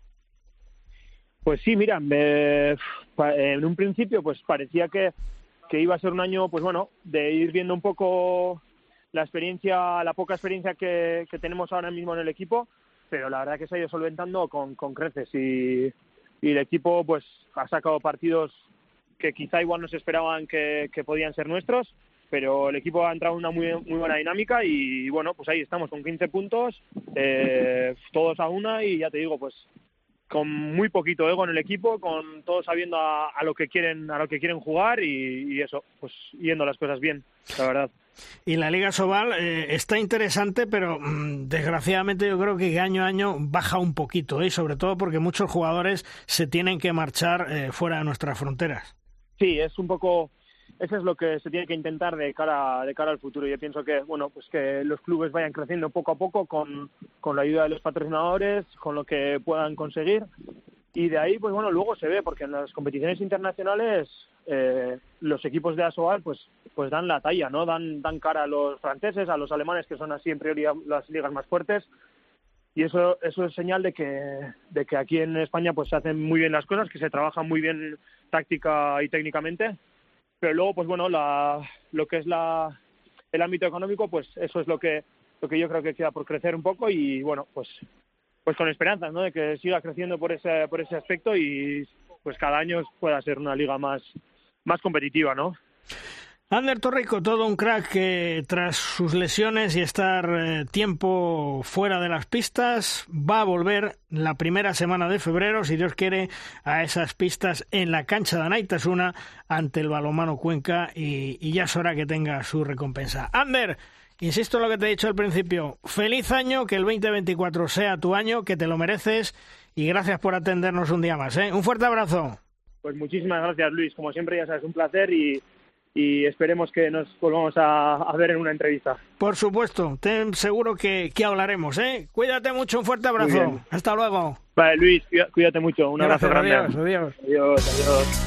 Pues sí, mira, me, en un principio pues parecía que, que iba a ser un año, pues bueno, de ir viendo un poco la experiencia, la poca experiencia que, que tenemos ahora mismo en el equipo, pero la verdad que se ha ido solventando con, con creces y, y el equipo pues ha sacado partidos que quizá igual no se esperaban que, que podían ser nuestros, pero el equipo ha entrado en una muy, muy buena dinámica y bueno, pues ahí estamos con quince puntos, eh, todos a una y ya te digo, pues con muy poquito ego en el equipo, con todos sabiendo a, a lo que quieren a lo que quieren jugar y, y eso, pues yendo las cosas bien, la verdad. Y la Liga Sobal eh, está interesante, pero mmm, desgraciadamente yo creo que año a año baja un poquito, ¿eh? Sobre todo porque muchos jugadores se tienen que marchar eh, fuera de nuestras fronteras. Sí, es un poco, eso es lo que se tiene que intentar de cara de cara al futuro. Yo pienso que bueno, pues que los clubes vayan creciendo poco a poco con, con la ayuda de los patrocinadores, con lo que puedan conseguir y de ahí, pues bueno, luego se ve, porque en las competiciones internacionales eh, los equipos de Asobal pues pues dan la talla, ¿no? Dan dan cara a los franceses, a los alemanes, que son así en prioridad las ligas más fuertes, y eso eso es señal de que de que aquí en España pues se hacen muy bien las cosas, que se trabajan muy bien táctica y técnicamente, pero luego pues bueno, la lo que es la el ámbito económico, pues eso es lo que lo que yo creo que queda por crecer un poco, y bueno, pues pues con esperanzas, ¿no? De que siga creciendo por ese por ese aspecto y pues cada año pueda ser una liga más más competitiva, ¿no? Ander Torrico, todo un crack que tras sus lesiones y estar eh, tiempo fuera de las pistas, va a volver la primera semana de febrero, si Dios quiere, a esas pistas en la cancha de Anaitasuna ante el Balonmano Cuenca, y, y ya es hora que tenga su recompensa. Ander, insisto en lo que te he dicho al principio, feliz año, que el veinte veinticuatro sea tu año, que te lo mereces, y gracias por atendernos un día más, ¿eh? Un fuerte abrazo. Pues muchísimas gracias, Luis, como siempre, ya sabes, un placer, y y esperemos que nos volvamos a, a ver en una entrevista. Por supuesto, ten seguro que, que hablaremos, ¿eh? Cuídate mucho, un fuerte abrazo. Hasta luego. Vale, Luis, cuídate mucho. Un Gracias, abrazo grande. Adiós, adiós. Adiós, adiós.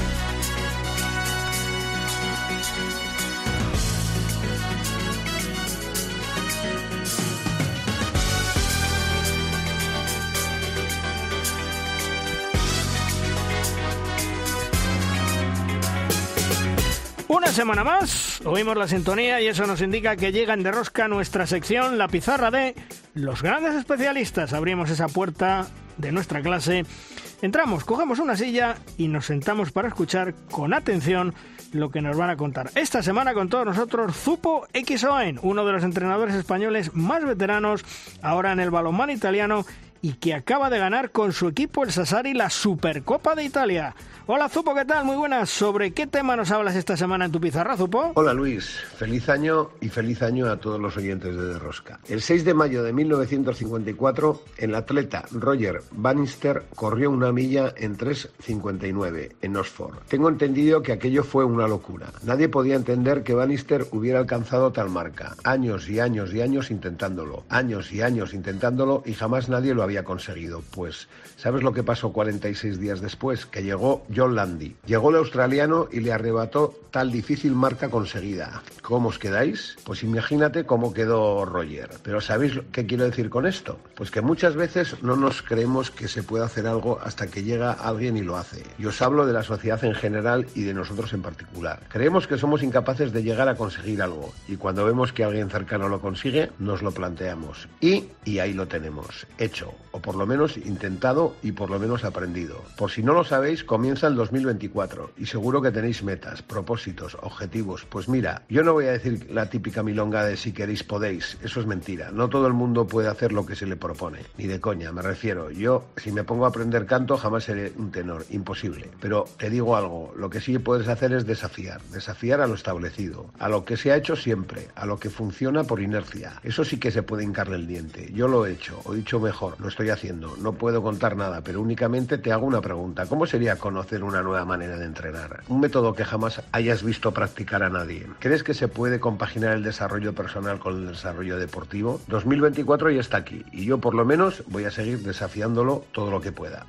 Una semana más, oímos la sintonía y eso nos indica que llega en De Rosca nuestra sección, la pizarra de los grandes especialistas. Abrimos esa puerta de nuestra clase, entramos, cogemos una silla y nos sentamos para escuchar con atención lo que nos van a contar. Esta semana con todos nosotros Zupo Equisoen, uno de los entrenadores españoles más veteranos ahora en el balonmano italiano y que acaba de ganar con su equipo el Sassari la Supercopa de Italia. Hola Zupo, ¿qué tal? Muy buenas. ¿Sobre qué tema nos hablas esta semana en tu pizarra, Zupo? Hola Luis, feliz año y feliz año a todos los oyentes de De Rosca. El seis de mayo de mil novecientos cincuenta y cuatro, el atleta Roger Bannister corrió una milla en tres cincuenta y nueve en Oxford. Tengo entendido que aquello fue una locura. Nadie podía entender que Bannister hubiera alcanzado tal marca. Años y años y años intentándolo. Años y años intentándolo y jamás nadie lo había conseguido. Pues, ¿sabes lo que pasó cuarenta y seis días después? Que llegó John Landy. Llegó el australiano y le arrebató tal difícil marca conseguida. ¿Cómo os quedáis? Pues imagínate cómo quedó Roger. Pero ¿sabéis qué quiero decir con esto? Pues que muchas veces no nos creemos que se puede hacer algo hasta que llega alguien y lo hace. Y os hablo de la sociedad en general y de nosotros en particular. Creemos que somos incapaces de llegar a conseguir algo y cuando vemos que alguien cercano lo consigue, nos lo planteamos. Y, y ahí lo tenemos, hecho, o por lo menos intentado y por lo menos aprendido. Por si no lo sabéis, comienza el dos mil veinticuatro y seguro que tenéis metas, propósitos, objetivos. Pues mira, yo no voy a decir la típica milonga de si queréis podéis, eso es mentira. No todo el mundo puede hacer lo que se le propone, ni de coña, me refiero. Yo, si me pongo a aprender canto, jamás seré un tenor, imposible. Pero te digo algo, lo que sí puedes hacer es desafiar, desafiar a lo establecido, a lo que se ha hecho siempre, a lo que funciona por inercia. Eso sí que se puede hincarle el diente. Yo lo he hecho, o dicho mejor, lo estoy haciendo. No puedo contar nada, pero únicamente te hago una pregunta. ¿Cómo sería conocer una nueva manera de entrenar? Un método que jamás hayas visto practicar a nadie. ¿Crees que se puede compaginar el desarrollo personal con el desarrollo deportivo? dos mil veinticuatro ya está aquí y yo por lo menos voy a seguir desafiándolo todo lo que pueda.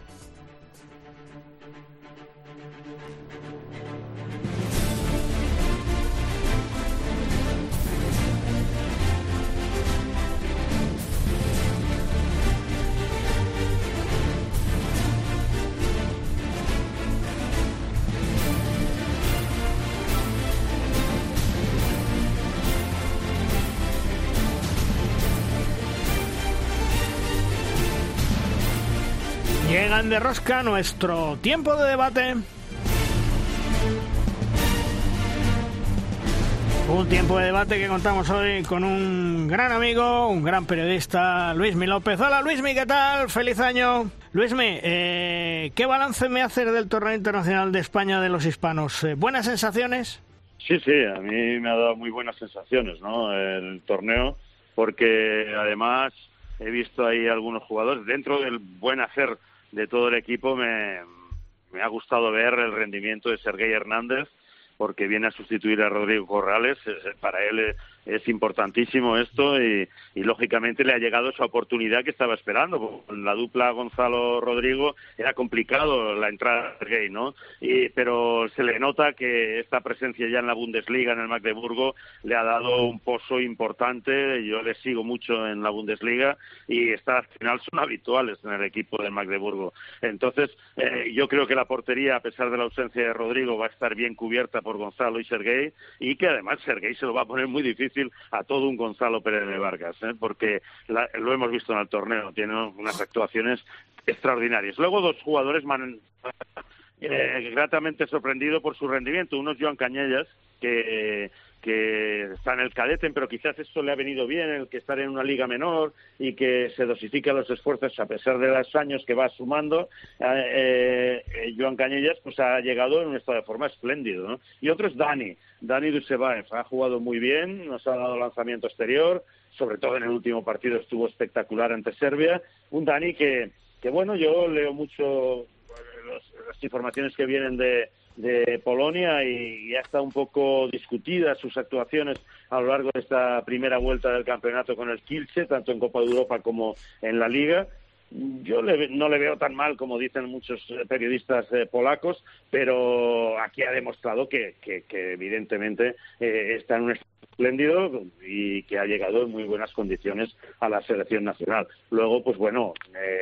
Llegan De Rosca nuestro tiempo de debate. Un tiempo de debate que contamos hoy con un gran amigo, un gran periodista, Luismi López. Hola Luismi, ¿qué tal? ¡Feliz año! Luismi, eh, ¿qué balance me haces del torneo internacional de España de los hispanos? Eh, ¿Buenas sensaciones? Sí, sí, a mí me ha dado muy buenas sensaciones, ¿no? El torneo, porque además he visto ahí algunos jugadores dentro del buen hacer de todo el equipo. Me, me ha gustado ver el rendimiento de Sergei Hernández, porque viene a sustituir a Rodrigo Corrales. Para él es importantísimo esto y, y lógicamente le ha llegado esa oportunidad que estaba esperando. Con la dupla Gonzalo-Rodrigo era complicado la entrada de Serguei, ¿no? Y, pero se le nota que esta presencia ya en la Bundesliga, en el Magdeburgo, le ha dado un pozo importante. Yo le sigo mucho en la Bundesliga y está, al final son habituales en el equipo del Magdeburgo. Entonces, eh, yo creo que la portería, a pesar de la ausencia de Rodrigo, va a estar bien cubierta por Gonzalo y Serguei, y que además Serguei se lo va a poner muy difícil a todo un Gonzalo Pérez de Vargas, ¿eh? porque la, lo hemos visto en el torneo, tiene unas actuaciones extraordinarias. Luego dos jugadores man, eh, gratamente sorprendido por su rendimiento. Uno es Joan Cañellas, que que está en el cadete, pero quizás eso le ha venido bien, el que estar en una liga menor y que se dosifica los esfuerzos a pesar de los años que va sumando. eh, eh, Joan Cañellas pues ha llegado en un estado de forma espléndido, ¿no? Y otro es Dani, Dani Dusebaev, ha jugado muy bien, nos ha dado lanzamiento exterior, sobre todo en el último partido estuvo espectacular ante Serbia. Un Dani que, que bueno, yo leo mucho los, las informaciones que vienen de de Polonia y ya está un poco discutidas sus actuaciones a lo largo de esta primera vuelta del campeonato con el Kielce, tanto en Copa de Europa como en la Liga. Yo le, no le veo tan mal como dicen muchos periodistas eh, polacos, pero aquí ha demostrado que, que, que evidentemente eh, está en un estado espléndido y que ha llegado en muy buenas condiciones a la selección nacional. Luego, pues bueno,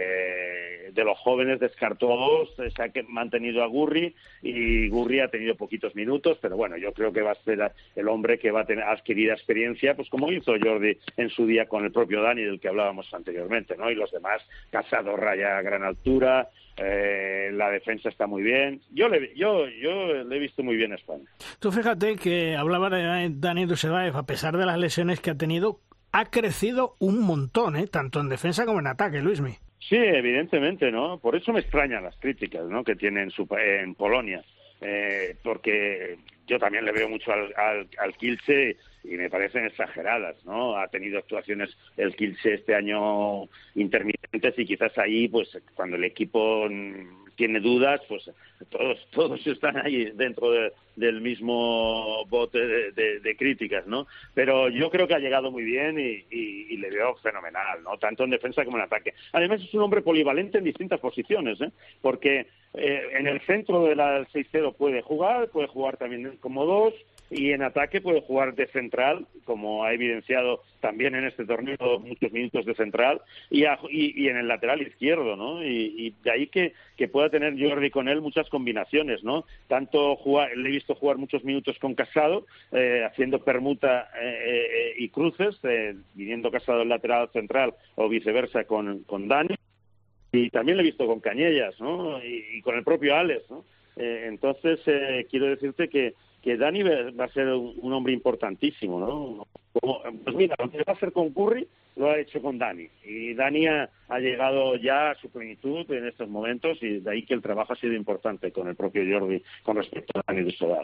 eh, de los jóvenes descartó a dos, se ha mantenido a Gurri y Gurri ha tenido poquitos minutos, pero bueno, yo creo que va a ser el hombre que va a tener adquirida experiencia, pues como hizo Jordi en su día con el propio Dani, del que hablábamos anteriormente, ¿no? Y los demás, Casado raya a gran altura, eh, la defensa está muy bien. Yo le, yo, yo le he visto muy bien a España. Tú fíjate que hablaba de Dani Dusebaev, a pesar de las lesiones que ha tenido, ha crecido un montón, ¿eh? Tanto en defensa como en ataque, Luismi. Sí, evidentemente, ¿no? Por eso me extrañan las críticas, ¿no?, que tiene en, su, en Polonia, eh, porque yo también le veo mucho al, al, al Kielce y me parecen exageradas, ¿no? Ha tenido actuaciones el Kielce este año intermitentes y quizás ahí, pues, cuando el equipo tiene dudas, pues todos todos están ahí dentro de, del mismo bote de, de, de críticas, ¿no? Pero yo creo que ha llegado muy bien y, y, y le veo fenomenal, ¿no? Tanto en defensa como en ataque. Además es un hombre polivalente en distintas posiciones, ¿eh? Porque eh, en el centro de la seis cero puede jugar, puede jugar también como dos, y en ataque puede jugar de central, como ha evidenciado también en este torneo muchos minutos de central, y, a, y, y en el lateral izquierdo, ¿no? Y, y de ahí que, que pueda tener Jordi con él muchas combinaciones, ¿no? Tanto jugar, le he visto jugar muchos minutos con Casado, eh, haciendo permuta eh, eh, y cruces, eh, viniendo Casado el lateral central o viceversa con, con Dani, y también le he visto con Cañellas, ¿no? Y, y con el propio Alex, ¿no? Eh, entonces, eh, quiero decirte que que Dani va a ser un, un hombre importantísimo, ¿no? Como, pues mira, lo que va a hacer con Curry lo ha hecho con Dani, y Dani ha, ha llegado ya a su plenitud en estos momentos, y de ahí que el trabajo ha sido importante con el propio Jordi con respecto a Dani Dusebaev.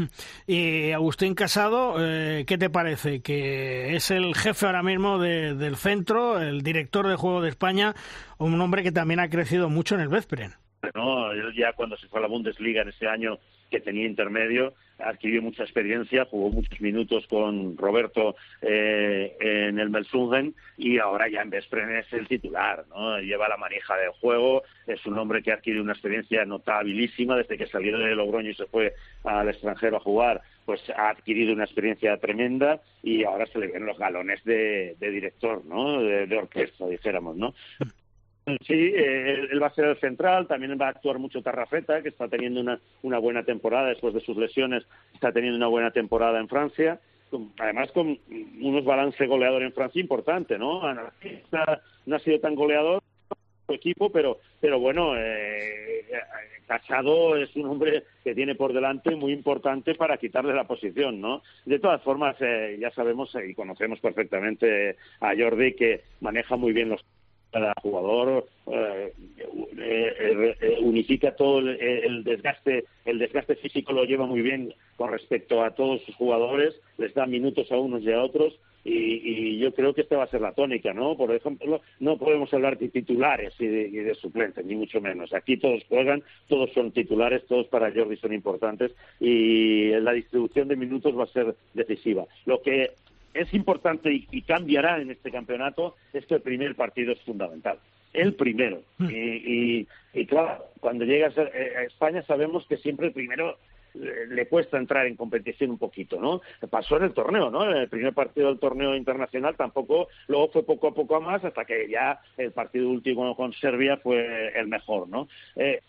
Y Agustín Casado, eh, ¿qué te parece? Que es el jefe ahora mismo de, del centro, el director de juego de España, un hombre que también ha crecido mucho en el Veszprém. No, él ya cuando se fue a la Bundesliga en ese año que tenía intermedio, adquirió mucha experiencia, jugó muchos minutos con Roberto eh, en el Melsungen, y ahora ya en Veszprém es el titular, ¿no? Lleva la manija del juego, es un hombre que ha adquirido una experiencia notabilísima desde que salió de Logroño y se fue al extranjero a jugar, pues ha adquirido una experiencia tremenda y ahora se le ven los galones de, de director, ¿no? De, de orquesta, dijéramos, ¿no? Sí, eh, él va a ser el central, también va a actuar mucho Tarrafeta, que está teniendo una, una buena temporada después de sus lesiones, está teniendo una buena temporada en Francia, con, además con unos balance goleador en Francia importante, ¿no? Anarquista no ha sido tan goleador su equipo, pero pero bueno, eh, Casado es un hombre que tiene por delante muy importante para quitarle la posición, ¿no? De todas formas, eh, ya sabemos y conocemos perfectamente a Jordi, que maneja muy bien los cada jugador, eh, eh, eh, unifica todo el, el desgaste, el desgaste físico lo lleva muy bien con respecto a todos sus jugadores, les da minutos a unos y a otros, y, y yo creo que esta va a ser la tónica, ¿no? Por ejemplo, no podemos hablar de titulares y de, y de suplentes, ni mucho menos. Aquí todos juegan, todos son titulares, todos para Jordi son importantes, y la distribución de minutos va a ser decisiva. Lo que es importante y, y cambiará en este campeonato es que el primer partido es fundamental. El primero. Y, y, y claro, cuando llegas a, a España sabemos que siempre el primero le, le cuesta entrar en competición un poquito, ¿no? Pasó en el torneo, ¿no? En el primer partido del torneo internacional tampoco, luego fue poco a poco a más hasta que ya el partido último con Serbia fue el mejor, ¿no? Eh,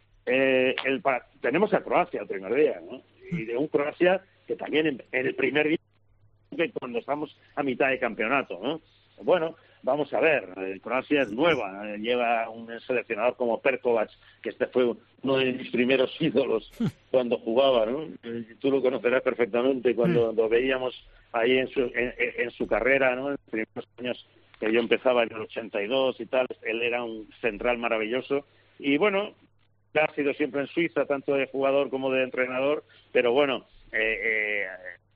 eh, el, tenemos a Croacia el primer día, ¿no? Y de un Croacia que también en, en el primer día, que cuando estamos a mitad de campeonato, ¿no? Bueno, vamos a ver, Croacia es nueva, lleva un seleccionador como Perkovac, que este fue uno de mis primeros ídolos cuando jugaba, ¿no? Tú lo conocerás perfectamente cuando lo veíamos ahí en su, en, en su carrera, ¿no? En los primeros años que yo empezaba en el ochenta y dos y tal, él era un central maravilloso. Y bueno, ha sido siempre en Suiza, tanto de jugador como de entrenador, pero bueno, eh, eh,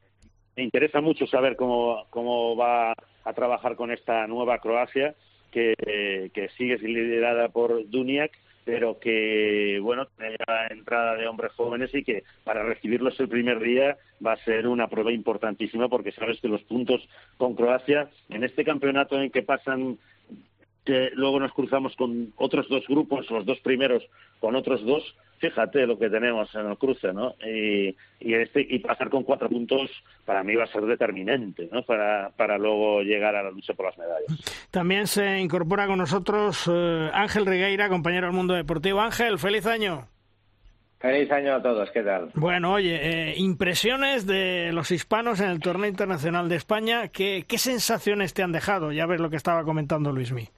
me interesa mucho saber cómo, cómo va a trabajar con esta nueva Croacia, que, eh, que sigue liderada por Duniak, pero que, bueno, tiene la entrada de hombres jóvenes y que para recibirlos el primer día va a ser una prueba importantísima, porque sabes que los puntos con Croacia, en este campeonato en que pasan, que luego nos cruzamos con otros dos grupos, los dos primeros con otros dos, fíjate lo que tenemos en el cruce, ¿no? Y, y, este, y pasar con cuatro puntos para mí va a ser determinante, ¿no? Para, para luego llegar a la lucha por las medallas. También se incorpora con nosotros eh, Ángel Regueira, compañero del Mundo Deportivo. Ángel, feliz año. Feliz año a todos, ¿qué tal? Bueno, oye, eh, impresiones de los hispanos en el Torneo Internacional de España. ¿Qué, qué sensaciones te han dejado? Ya ves lo que estaba comentando Luismi.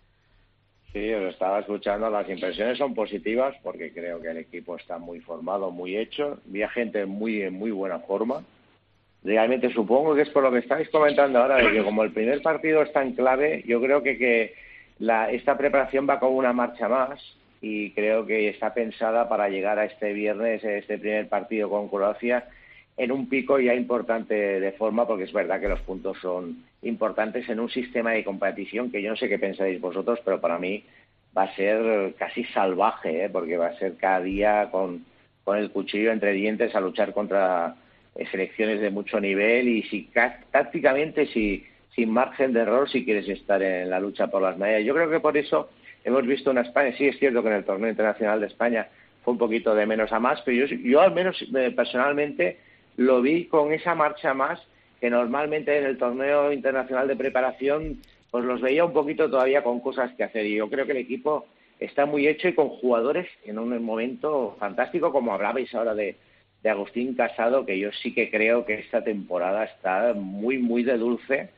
Sí, os estaba escuchando. Las impresiones son positivas porque creo que el equipo está muy formado, muy hecho. Vi a gente muy en muy buena forma. Realmente supongo que es por lo que estáis comentando ahora, de que como el primer partido es tan clave, yo creo que, que la, esta preparación va con una marcha más y creo que está pensada para llegar a este viernes, este primer partido con Croacia, en un pico ya importante de forma, porque es verdad que los puntos son importantes en un sistema de competición que yo no sé qué pensáis vosotros, pero para mí va a ser casi salvaje, ¿eh? Porque va a ser cada día con, con el cuchillo entre dientes a luchar contra selecciones de mucho nivel y si tácticamente si, sin margen de error si quieres estar en la lucha por las medallas. Yo creo que por eso hemos visto una España, sí es cierto que en el torneo internacional de España fue un poquito de menos a más, pero yo, yo al menos eh, personalmente lo vi con esa marcha más que normalmente en el torneo internacional de preparación pues los veía un poquito todavía con cosas que hacer y yo creo que el equipo está muy hecho y con jugadores en un momento fantástico, como hablabais ahora de, de Agustín Casado, que yo sí que creo que esta temporada está muy muy de dulce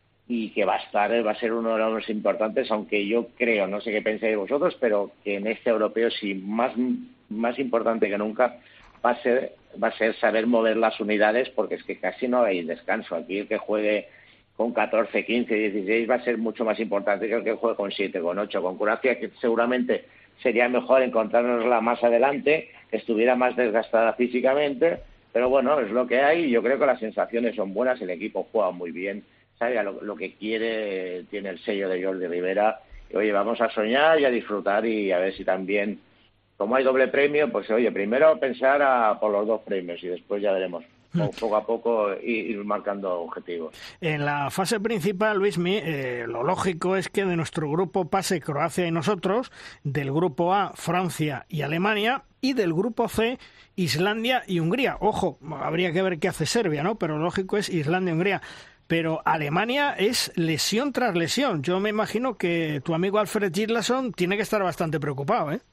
y que va a estar, va a ser uno de los importantes, aunque yo creo, no sé qué pensáis vosotros, pero que en este europeo sí más, más importante que nunca va a ser va a ser saber mover las unidades, porque es que casi no hay descanso. Aquí el que juegue con catorce, quince, dieciséis va a ser mucho más importante que el que juegue con siete, con ocho, con Croacia, que seguramente sería mejor encontrárnosla más adelante, que estuviera más desgastada físicamente, pero bueno, es lo que hay. Yo creo que las sensaciones son buenas, el equipo juega muy bien, sabe lo, lo que quiere, tiene el sello de Jordi Rivera, y oye, vamos a soñar y a disfrutar y a ver si también, como hay doble premio, pues oye, primero pensar a, por los dos premios y después ya veremos. Poco a poco ir, ir marcando objetivos. En la fase principal, Luismi, eh, lo lógico es que de nuestro grupo pase Croacia y nosotros, del grupo A, Francia y Alemania, y del grupo C, Islandia y Hungría. Ojo, habría que ver qué hace Serbia, ¿no? Pero lo lógico es Islandia y Hungría. Pero Alemania es lesión tras lesión. Yo me imagino que tu amigo Alfred Gislason tiene que estar bastante preocupado, ¿eh?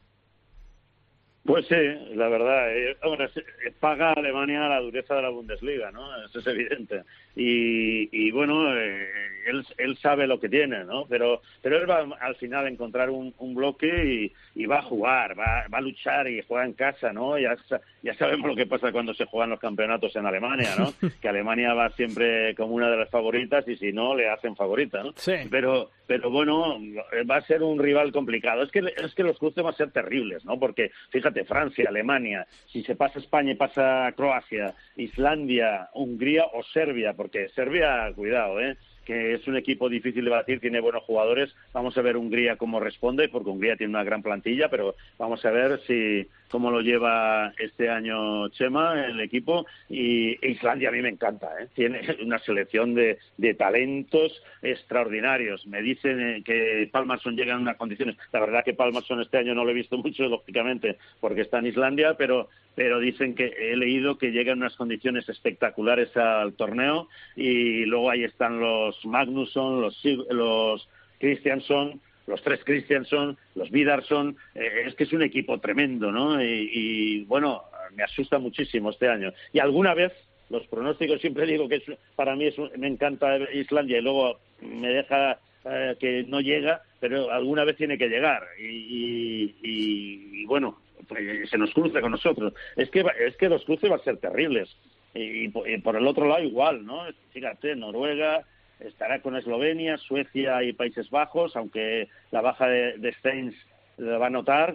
Pues sí, la verdad. Eh, ahora, paga a Alemania la dureza de la Bundesliga, ¿no? Eso es evidente. Y, y bueno, eh, él, él sabe lo que tiene, ¿no? Pero pero él va al final a encontrar un, un bloque y, y va a jugar, va, va a luchar y juega en casa, ¿no? Ya, ya sabemos lo que pasa cuando se juegan los campeonatos en Alemania, ¿no? Que Alemania va siempre como una de las favoritas y si no, le hacen favorita, ¿no? Sí. Pero, pero bueno, va a ser un rival complicado. Es que, es que los cruces van a ser terribles, ¿no? Porque, fíjate, Francia, Alemania, si se pasa España y pasa Croacia, Islandia, Hungría o Serbia, porque Serbia, cuidado, ¿eh? que es un equipo difícil de batir, tiene buenos jugadores. Vamos a ver Hungría cómo responde, porque Hungría tiene una gran plantilla, pero vamos a ver si cómo lo lleva este año Chema, el equipo. Y Islandia a mí me encanta, ¿eh? Tiene una selección de, de talentos extraordinarios. Me dicen que Pálmarsson llega en unas condiciones. La verdad que Pálmarsson este año no lo he visto mucho, lógicamente, porque está en Islandia, pero pero dicen que he leído que llega en unas condiciones espectaculares al torneo. Y luego ahí están los Magnusson, los, los Christiansson, los tres Christiansson, los Vidarsson. Eh, es que es un equipo tremendo, ¿no? Y, y bueno, me asusta muchísimo este año. Y alguna vez, los pronósticos, siempre digo que es, para mí es un, me encanta Islandia y luego me deja eh, que no llega, pero alguna vez tiene que llegar. Y, y, y, y bueno, pues se nos cruce con nosotros. Es que es que los cruces van a ser terribles. Y, y, y por el otro lado igual, ¿no? Fíjate, Noruega estará con Eslovenia, Suecia y Países Bajos, aunque la baja de, de Steins la va a notar,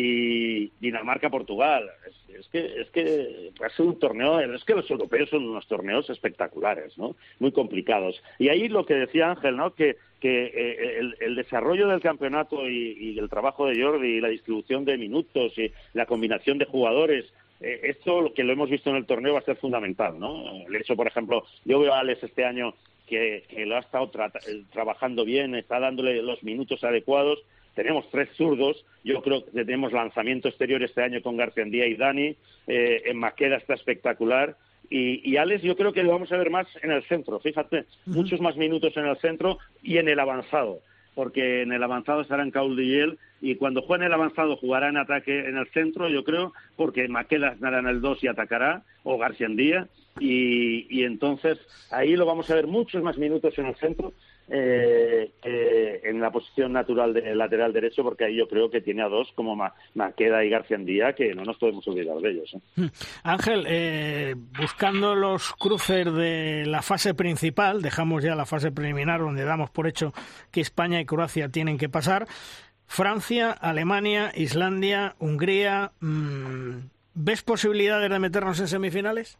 y Dinamarca-Portugal. Es, es que es que va a ser un torneo, es que los europeos son unos torneos espectaculares, ¿no? Muy complicados. Y ahí lo que decía Ángel, ¿no? Que, que eh, el, el desarrollo del campeonato y, y el trabajo de Jordi y la distribución de minutos y la combinación de jugadores, eh, esto que lo hemos visto en el torneo va a ser fundamental, ¿no? El hecho, por ejemplo, yo veo a Alex este año que, que lo ha estado tra trabajando bien, está dándole los minutos adecuados. Tenemos tres zurdos, yo creo que tenemos lanzamiento exterior este año con Garciandía y Dani, eh, en Maqueda está espectacular, y, y Alex yo creo que lo vamos a ver más en el centro, fíjate, uh-huh. muchos más minutos en el centro y en el avanzado, porque en el avanzado estará en Caudillel, y cuando juegue en el avanzado jugará en ataque en el centro, yo creo, porque Maqueda estará en el dos y atacará, o Garciandía, y, y entonces ahí lo vamos a ver muchos más minutos en el centro, Eh, eh, en la posición natural de lateral derecho, porque ahí yo creo que tiene a dos como Ma Maqueda y Garciandía, que no nos podemos olvidar de ellos, ¿eh? Ángel, eh, buscando los cruces de la fase principal, dejamos ya la fase preliminar donde damos por hecho que España y Croacia tienen que pasar. Francia, Alemania, Islandia, Hungría, mmm, ¿ves posibilidades de meternos en semifinales?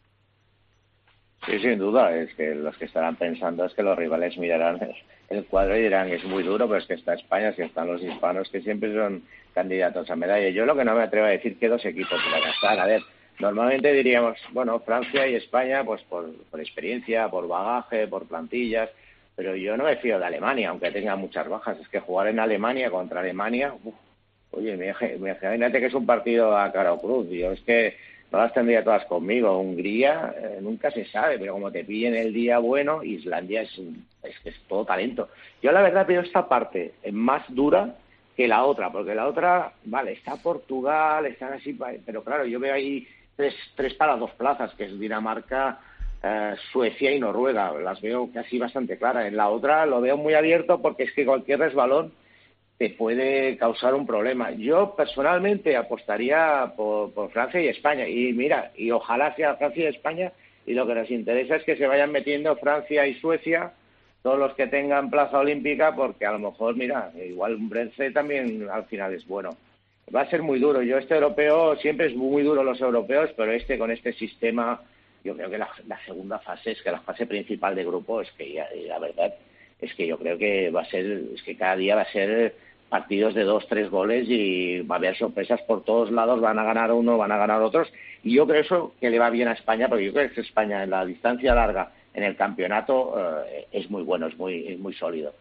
Sí, sin duda. Es que los que estarán pensando es que los rivales mirarán el cuadro y dirán, es muy duro, pero es que está España, es que están los hispanos, que siempre son candidatos a medalla. Yo lo que no me atrevo a decir que dos equipos van a estar. A ver, normalmente diríamos, bueno, Francia y España, pues por, por experiencia, por bagaje, por plantillas, pero yo no me fío de Alemania, aunque tenga muchas bajas. Es que jugar en Alemania contra Alemania, uf, oye, imagínate que es un partido a cara o cruz. Yo es que no las tendría todas conmigo. Hungría eh, nunca se sabe, pero como te pillen el día bueno, Islandia es, es que es todo talento. Yo la verdad veo esta parte más dura que la otra, porque la otra, vale, está Portugal, están así, pero claro, yo veo ahí tres, tres para dos plazas, que es Dinamarca, eh, Suecia y Noruega. Las veo casi bastante claras. En la otra lo veo muy abierto, porque es que cualquier resbalón te puede causar un problema. Yo personalmente apostaría por, por Francia y España, y mira, y ojalá sea Francia y España, y lo que nos interesa es que se vayan metiendo Francia y Suecia, todos los que tengan plaza olímpica, porque a lo mejor, mira, igual un Brence también al final es bueno. Va a ser muy duro. Yo este europeo, siempre es muy duro los europeos, pero este con este sistema, yo creo que la, la segunda fase, es que la fase principal de grupo, es que ya, la verdad, es que yo creo que va a ser, es que cada día va a ser partidos de dos, tres goles, y va a haber sorpresas por todos lados, van a ganar uno, van a ganar otros, y yo creo eso que le va bien a España, porque yo creo que España en la distancia larga, en el campeonato, eh, es muy bueno, es muy, es muy sólido.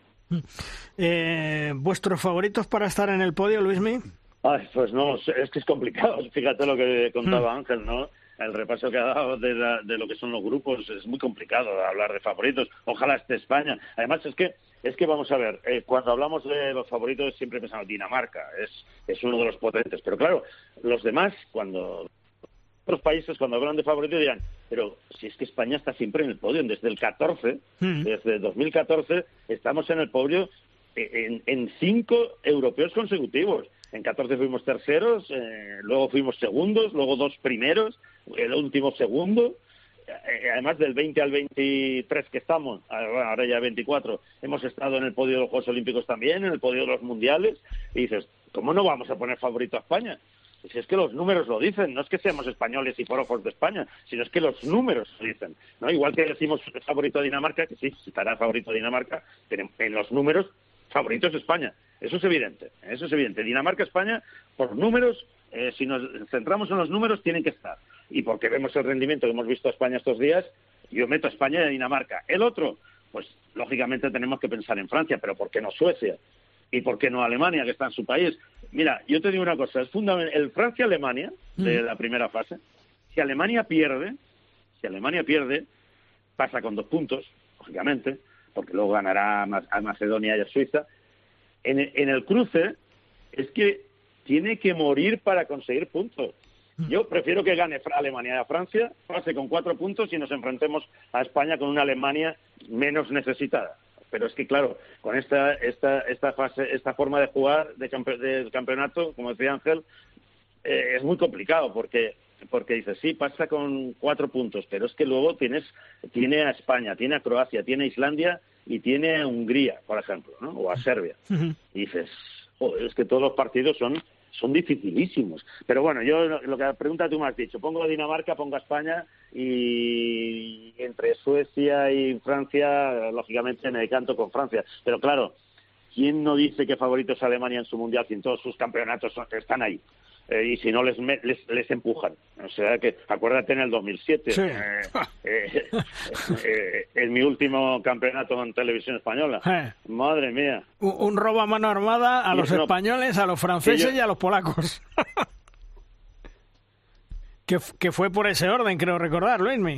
Eh, ¿Vuestros favoritos para estar en el podio, Luismi? Ay, pues no, es que es complicado, fíjate lo que contaba mm. Ángel, ¿no? El repaso que ha dado de, la, de lo que son los grupos, es muy complicado hablar de favoritos. Ojalá esté España. Además, es que es que vamos a ver, eh, cuando hablamos de los favoritos siempre pensamos Dinamarca, es, es uno de los potentes. Pero claro, los demás, cuando otros países cuando hablan de favoritos dirán, pero si es que España está siempre en el podio, desde el catorce, mm. desde dos mil catorce, estamos en el podio en, en cinco europeos consecutivos. En catorce fuimos terceros, eh, luego fuimos segundos, luego dos primeros, el último segundo. Eh, además del veinte al veintitrés que estamos, ahora ya veinticuatro, hemos estado en el podio de los Juegos Olímpicos también, en el podio de los Mundiales, y dices, ¿cómo no vamos a poner favorito a España? Si es que los números lo dicen, no es que seamos españoles y forofos de España, sino es que los números lo dicen, ¿no? Igual que decimos favorito a Dinamarca, que sí, estará favorito a Dinamarca, pero en los números, favorito es España. Eso es evidente, eso es evidente. Dinamarca-España, por números, eh, si nos centramos en los números, tienen que estar. Y porque vemos el rendimiento que hemos visto a España estos días, yo meto a España y a Dinamarca. El otro, pues lógicamente tenemos que pensar en Francia, pero ¿por qué no Suecia? ¿Y por qué no Alemania, que está en su país? Mira, yo te digo una cosa, es fundamental, el Francia-Alemania, de la primera fase, si Alemania pierde, si Alemania pierde, pasa con dos puntos, lógicamente, porque luego ganará a Macedonia y a Suiza. En el, en el cruce, es que tiene que morir para conseguir puntos. Yo prefiero que gane Alemania a Francia, pase con cuatro puntos y nos enfrentemos a España con una Alemania menos necesitada. Pero es que, claro, con esta esta esta fase, esta forma de jugar de campe, del campeonato, como decía Ángel, eh, es muy complicado porque porque dices, sí, pasa con cuatro puntos, pero es que luego tienes tiene a España, tiene a Croacia, tiene a Islandia y tiene a Hungría, por ejemplo, ¿no? O a Serbia. Uh-huh. Y dices, joder, es que todos los partidos son son dificilísimos. Pero bueno, yo lo que la pregunta tú me has dicho, pongo a Dinamarca, pongo a España y entre Suecia y Francia, lógicamente me decanto con Francia. Pero claro, ¿quién no dice que favorito es Alemania en su mundial si en todos sus campeonatos están ahí? Eh, y si no les, les les empujan. O sea que, acuérdate en el dos mil siete, sí. eh, eh, eh, en mi último campeonato en televisión española. Eh. Madre mía. Un, un robo a mano armada a y los no, españoles, a los franceses yo... y a los polacos. que, que fue por ese orden, creo recordar, Luismi.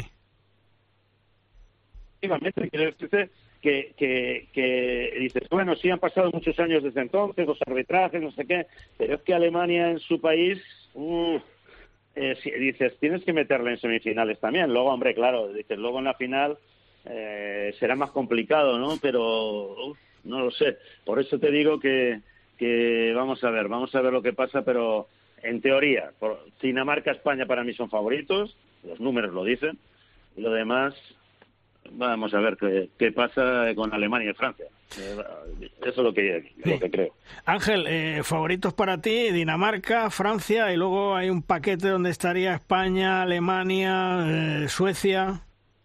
Efectivamente, quiero decirte que, que, que dices, bueno, sí han pasado muchos años desde entonces, los arbitrajes, no sé qué, pero es que Alemania en su país, uh, eh, si, dices, tienes que meterle en semifinales también. Luego, hombre, claro, dices, luego en la final eh, será más complicado, ¿no? Pero uf, no lo sé. Por eso te digo que, que vamos a ver, vamos a ver lo que pasa, pero en teoría, por Dinamarca, España para mí son favoritos, los números lo dicen, y lo demás... Vamos a ver qué, qué pasa con Alemania y Francia. Eso es lo que, sí. lo que creo. Ángel, eh, favoritos para ti, Dinamarca, Francia, y luego hay un paquete donde estaría España, Alemania, eh, Suecia.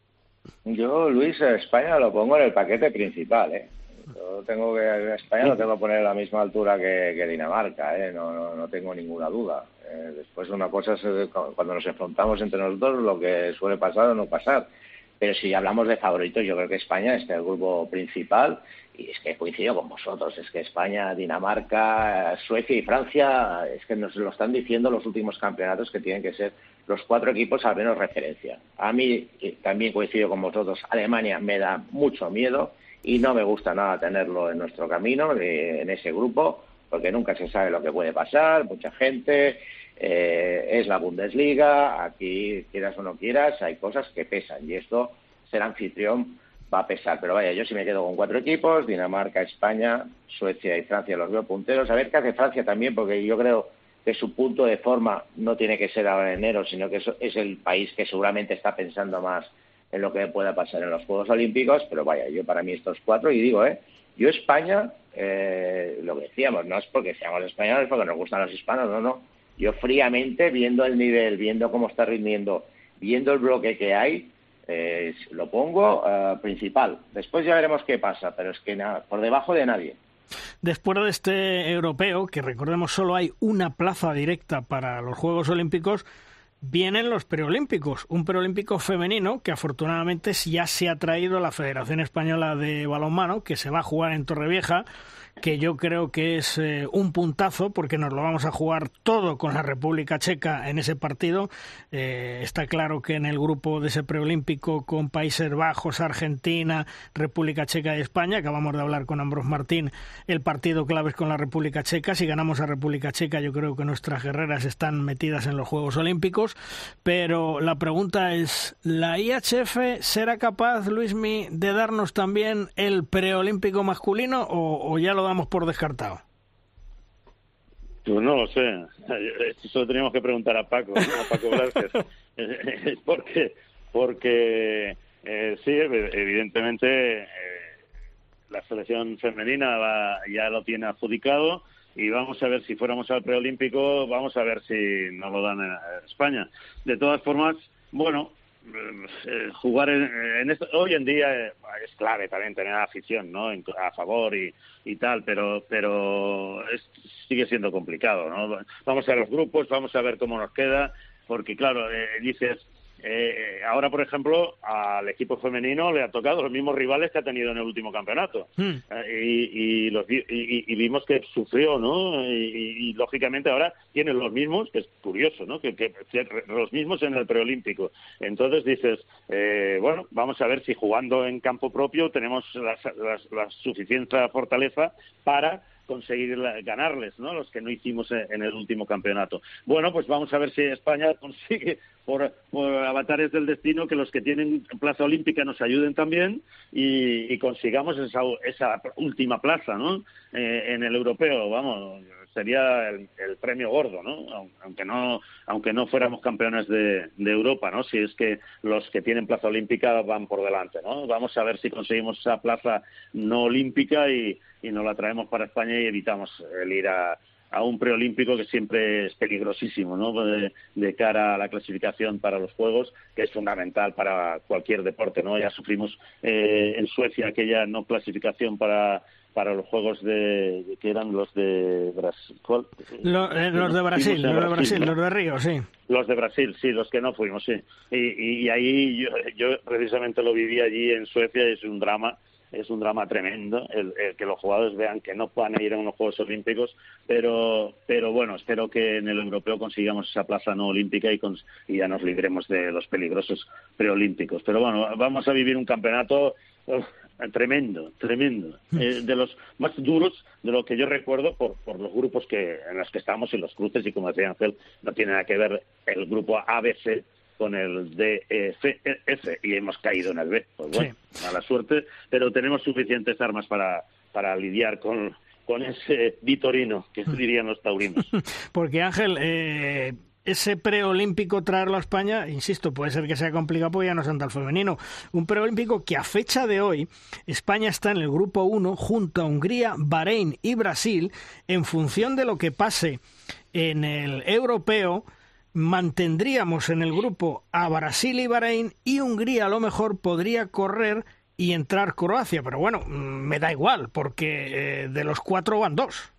Yo, Luis, a España lo pongo en el paquete principal, ¿eh? Yo tengo que, a España lo tengo que poner a la misma altura que, que Dinamarca, ¿eh? No, no, no tengo ninguna duda. Eh, después una cosa es cuando nos enfrentamos entre nosotros, lo que suele pasar o no pasar. Pero si hablamos de favoritos, yo creo que España está en el grupo principal y es que coincido con vosotros, es que España, Dinamarca, Suecia y Francia, es que nos lo están diciendo los últimos campeonatos que tienen que ser los cuatro equipos al menos referencia. A mí también coincido con vosotros, Alemania me da mucho miedo y no me gusta nada tenerlo en nuestro camino, de, en ese grupo, porque nunca se sabe lo que puede pasar, mucha gente... Eh, es la Bundesliga, aquí quieras o no quieras, hay cosas que pesan y esto, ser anfitrión va a pesar. Pero vaya, yo sí me quedo con cuatro equipos, Dinamarca, España, Suecia y Francia los veo punteros. A ver qué hace Francia también, porque yo creo que su punto de forma no tiene que ser ahora en enero, sino que eso es el país que seguramente está pensando más en lo que pueda pasar en los Juegos Olímpicos. Pero vaya, yo para mí estos cuatro, y digo, eh, yo España, eh, lo que decíamos, no es porque seamos españoles, porque nos gustan los hispanos, no, no. Yo fríamente, viendo el nivel, viendo cómo está rindiendo, viendo el bloque que hay, eh, lo pongo uh, principal. Después ya veremos qué pasa, pero es que nada, por debajo de nadie. Después de este europeo, que recordemos solo hay una plaza directa para los Juegos Olímpicos, vienen los preolímpicos. Un preolímpico femenino que afortunadamente ya se ha traído la Federación Española de Balonmano, que se va a jugar en Torrevieja, que yo creo que es eh, un puntazo porque nos lo vamos a jugar todo con la República Checa en ese partido. Eh, está claro que en el grupo de ese preolímpico con Países Bajos, Argentina, República Checa y España, acabamos de hablar con Ambros Martín, el partido clave es con la República Checa. Si ganamos a República Checa, yo creo que nuestras guerreras están metidas en los Juegos Olímpicos, pero la pregunta es, ¿la I H F será capaz, Luismi, de darnos también el preolímpico masculino o, o ya lo damos por descartado? Pues no lo sé. Eso lo teníamos que preguntar a Paco, ¿no? A Paco Blázquez. porque, porque eh, sí, evidentemente eh, la selección femenina va, ya lo tiene adjudicado y vamos a ver si fuéramos al preolímpico, vamos a ver si nos lo dan en España. De todas formas, bueno, eh, jugar en, en esto hoy en día eh, es clave también tener afición, ¿no?, en, a favor y, y tal, pero pero es, sigue siendo complicado, ¿no? Vamos a ver los grupos, vamos a ver cómo nos queda, porque claro, eh, dices, eh, ahora por ejemplo al equipo femenino le ha tocado los mismos rivales que ha tenido en el último campeonato, mm. eh, y, y, los, y, y vimos que sufrió, ¿no? Y, y, y lógicamente ahora tienen los mismos, que es curioso, ¿no?, que, que, que los mismos en el preolímpico. Entonces dices, eh, bueno, vamos a ver si jugando en campo propio tenemos la, la, la suficiente fortaleza para conseguir ganarles, ¿no?, los que no hicimos en el último campeonato. Bueno, pues vamos a ver si España consigue, por, por avatares del destino, que los que tienen plaza olímpica nos ayuden también y, y consigamos esa, esa última plaza, ¿no?, eh, en el europeo. Vamos, sería el, el premio gordo, ¿no?, aunque no aunque no fuéramos campeones de, de Europa, ¿no?, si es que los que tienen plaza olímpica van por delante, ¿no? Vamos a ver si conseguimos esa plaza no olímpica y, y nos la traemos para España y evitamos el ir a, a un preolímpico, que siempre es peligrosísimo, ¿no?, de, de cara a la clasificación para los Juegos, que es fundamental para cualquier deporte, ¿no? Ya sufrimos eh, en Suecia aquella no clasificación para para los Juegos de que eran los de Brasil. Lo, eh, los de Brasil, los de Brasil, ¿no?, los de Río, sí. Los de Brasil, sí, los que no fuimos, sí. Y, y, y ahí yo, yo precisamente lo viví allí en Suecia, es un drama. Es un drama tremendo el, el que los jugadores vean que no puedan ir a unos Juegos Olímpicos, pero pero bueno, espero que en el europeo consigamos esa plaza no olímpica y, cons- y ya nos libremos de los peligrosos preolímpicos. Pero bueno, vamos a vivir un campeonato uh, tremendo, tremendo, eh, de los más duros de lo que yo recuerdo por, por los grupos que en los que estamos y los cruces, y como decía Ángel, no tiene nada que ver el grupo A B C con el D F F y hemos caído en el B. Pues bueno, sí, mala suerte, pero tenemos suficientes armas para, para lidiar con, con ese Vitorino, que dirían los taurinos. Porque Ángel, eh, ese preolímpico traerlo a España, insisto, puede ser que sea complicado porque ya no es tanto el femenino. Un preolímpico que a fecha de hoy España está en el grupo uno junto a Hungría, Bahrein y Brasil. En función de lo que pase en el europeo, mantendríamos en el grupo a Brasil y Bahrein, y Hungría a lo mejor podría correr y entrar Croacia, pero bueno, me da igual porque eh, de los cuatro van dos.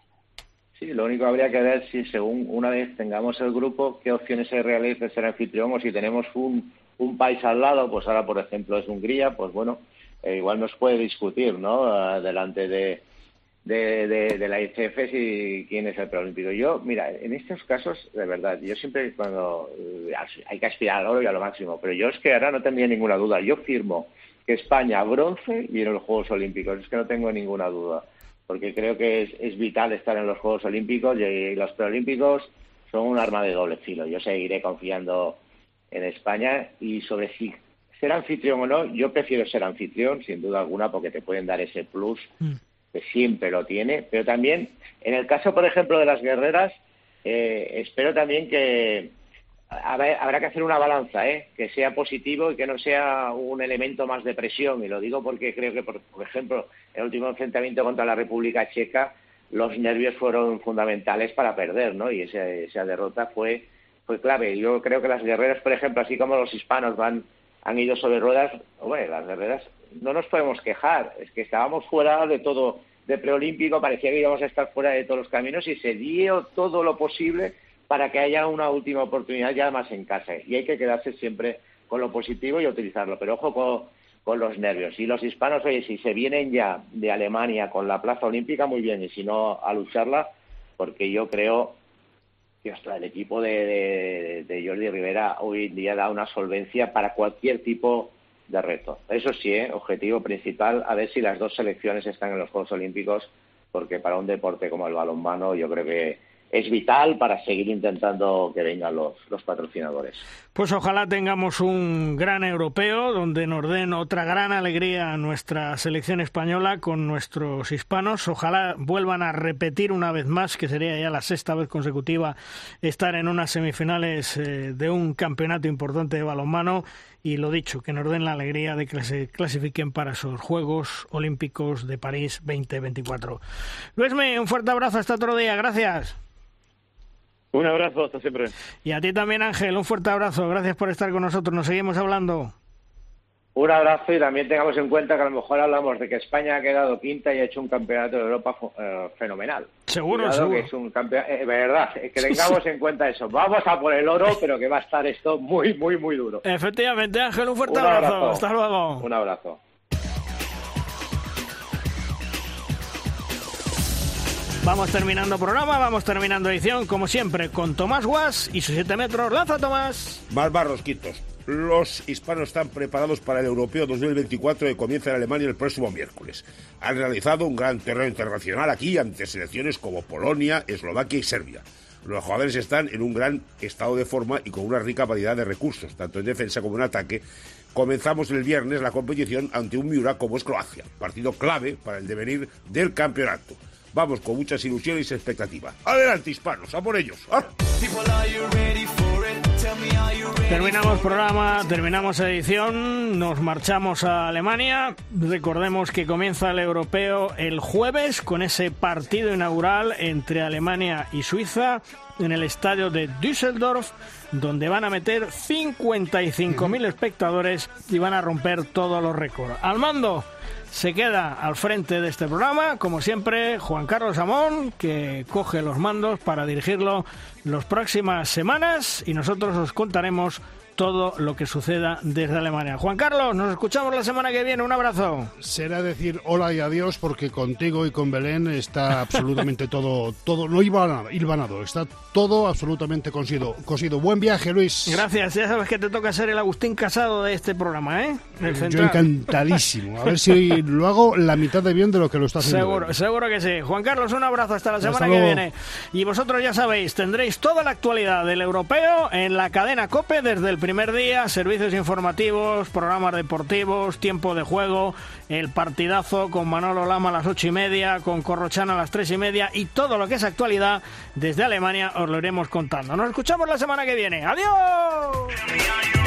Sí, lo único que habría que ver si según una vez tengamos el grupo, qué opciones hay reales de ser anfitrión, o si tenemos un, un país al lado, pues ahora por ejemplo es Hungría, pues bueno, eh, igual nos puede discutir, ¿no?, uh, delante de De, de, de la I C F si quién es el preolímpico. Yo, mira, en estos casos, de verdad, yo siempre cuando eh, hay que aspirar al oro y a lo máximo, pero yo es que ahora no tendría ninguna duda. Yo firmo que España bronce y en los Juegos Olímpicos, es que no tengo ninguna duda, porque creo que es, es vital estar en los Juegos Olímpicos, y los preolímpicos son un arma de doble filo. Yo seguiré confiando en España, y sobre si ser anfitrión o no, yo prefiero ser anfitrión, sin duda alguna, porque te pueden dar ese plus mm. que siempre lo tiene, pero también, en el caso, por ejemplo, de las guerreras, eh, espero también que habrá, habrá que hacer una balanza, ¿eh? Que sea positivo y que no sea un elemento más de presión, y lo digo porque creo que, por, por ejemplo, el último enfrentamiento contra la República Checa, los nervios fueron fundamentales para perder, ¿no? Y esa, esa derrota fue, fue clave. Yo creo que las guerreras, por ejemplo, así como los hispanos van han ido sobre ruedas, hombre, las guerreras no nos podemos quejar, es que estábamos fuera de todo, de preolímpico, parecía que íbamos a estar fuera de todos los caminos, y se dio todo lo posible para que haya una última oportunidad ya más en casa, y hay que quedarse siempre con lo positivo y utilizarlo, pero ojo con, con los nervios. Y los hispanos, oye, si se vienen ya de Alemania con la plaza olímpica, muy bien, y si no, a lucharla, porque yo creo que hasta el equipo de, de, de Jordi Rivera hoy en día da una solvencia para cualquier tipo de reto. Eso sí, ¿eh? Objetivo principal, a ver si las dos selecciones están en los Juegos Olímpicos, porque para un deporte como el balonmano yo creo que, es vital para seguir intentando que vengan los, los patrocinadores. Pues ojalá tengamos un gran europeo donde nos den otra gran alegría a nuestra selección española con nuestros hispanos. Ojalá vuelvan a repetir una vez más, que sería ya la sexta vez consecutiva, estar en unas semifinales eh, de un campeonato importante de balonmano. Y lo dicho, que nos den la alegría de que se clasifiquen para esos Juegos Olímpicos de París veinte veinticuatro. Luismi, un fuerte abrazo, hasta otro día, gracias. Un abrazo, hasta siempre. Y a ti también, Ángel, un fuerte abrazo, gracias por estar con nosotros, nos seguimos hablando. Un abrazo, y también tengamos en cuenta que a lo mejor hablamos de que España ha quedado quinta y ha hecho un campeonato de Europa eh, fenomenal. Seguro, Cuidado, seguro. Que es un campeón, eh, verdad, que tengamos sí, sí. en cuenta eso. Vamos a por el oro, pero que va a estar esto muy, muy, muy duro. Efectivamente, Ángel, un fuerte un abrazo. abrazo. Hasta luego. Un abrazo. Vamos terminando programa, vamos terminando edición, como siempre, con Tomás Guas y sus siete metros. ¡Lanza, Tomás! Más barrosquitos. Los hispanos están preparados para el Europeo dos mil veinticuatro que comienza en Alemania el próximo miércoles. Han realizado un gran torneo internacional aquí ante selecciones como Polonia, Eslovaquia y Serbia. Los jugadores están en un gran estado de forma y con una rica variedad de recursos, tanto en defensa como en ataque. Comenzamos el viernes la competición ante un Miura como es Croacia, partido clave para el devenir del campeonato. Vamos con muchas ilusiones y expectativas. ¡Adelante, hispanos! ¡A por ellos! ¡Ah! Terminamos programa, terminamos edición, nos marchamos a Alemania. Recordemos que comienza el europeo el jueves con ese partido inaugural entre Alemania y Suiza en el estadio de Düsseldorf, donde van a meter cincuenta y cinco mil espectadores y van a romper todos los récords. Al mando se queda al frente de este programa, como siempre, Juan Carlos Amón, que coge los mandos para dirigirlo las próximas semanas y nosotros os contaremos todo lo que suceda desde Alemania. Juan Carlos, nos escuchamos la semana que viene. Un abrazo. Será decir hola y adiós, porque contigo y con Belén está absolutamente todo, todo no hilvanado, hilvanado, está todo absolutamente cosido, cosido. Buen viaje, Luis. Gracias, ya sabes que te toca ser el Agustín Casado de este programa, ¿eh? El Yo encantadísimo. A ver si lo hago la mitad de bien de lo que lo está haciendo. Seguro, él. seguro que sí. Juan Carlos, un abrazo hasta la semana hasta que luego. viene. Y vosotros ya sabéis, tendréis toda la actualidad del europeo en la cadena COPE desde el primer día, servicios informativos, programas deportivos, tiempo de juego, el partidazo con Manolo Lama a las ocho y media, con Corrochana a las tres y media y todo lo que es actualidad desde Alemania os lo iremos contando. Nos escuchamos la semana que viene. ¡Adiós!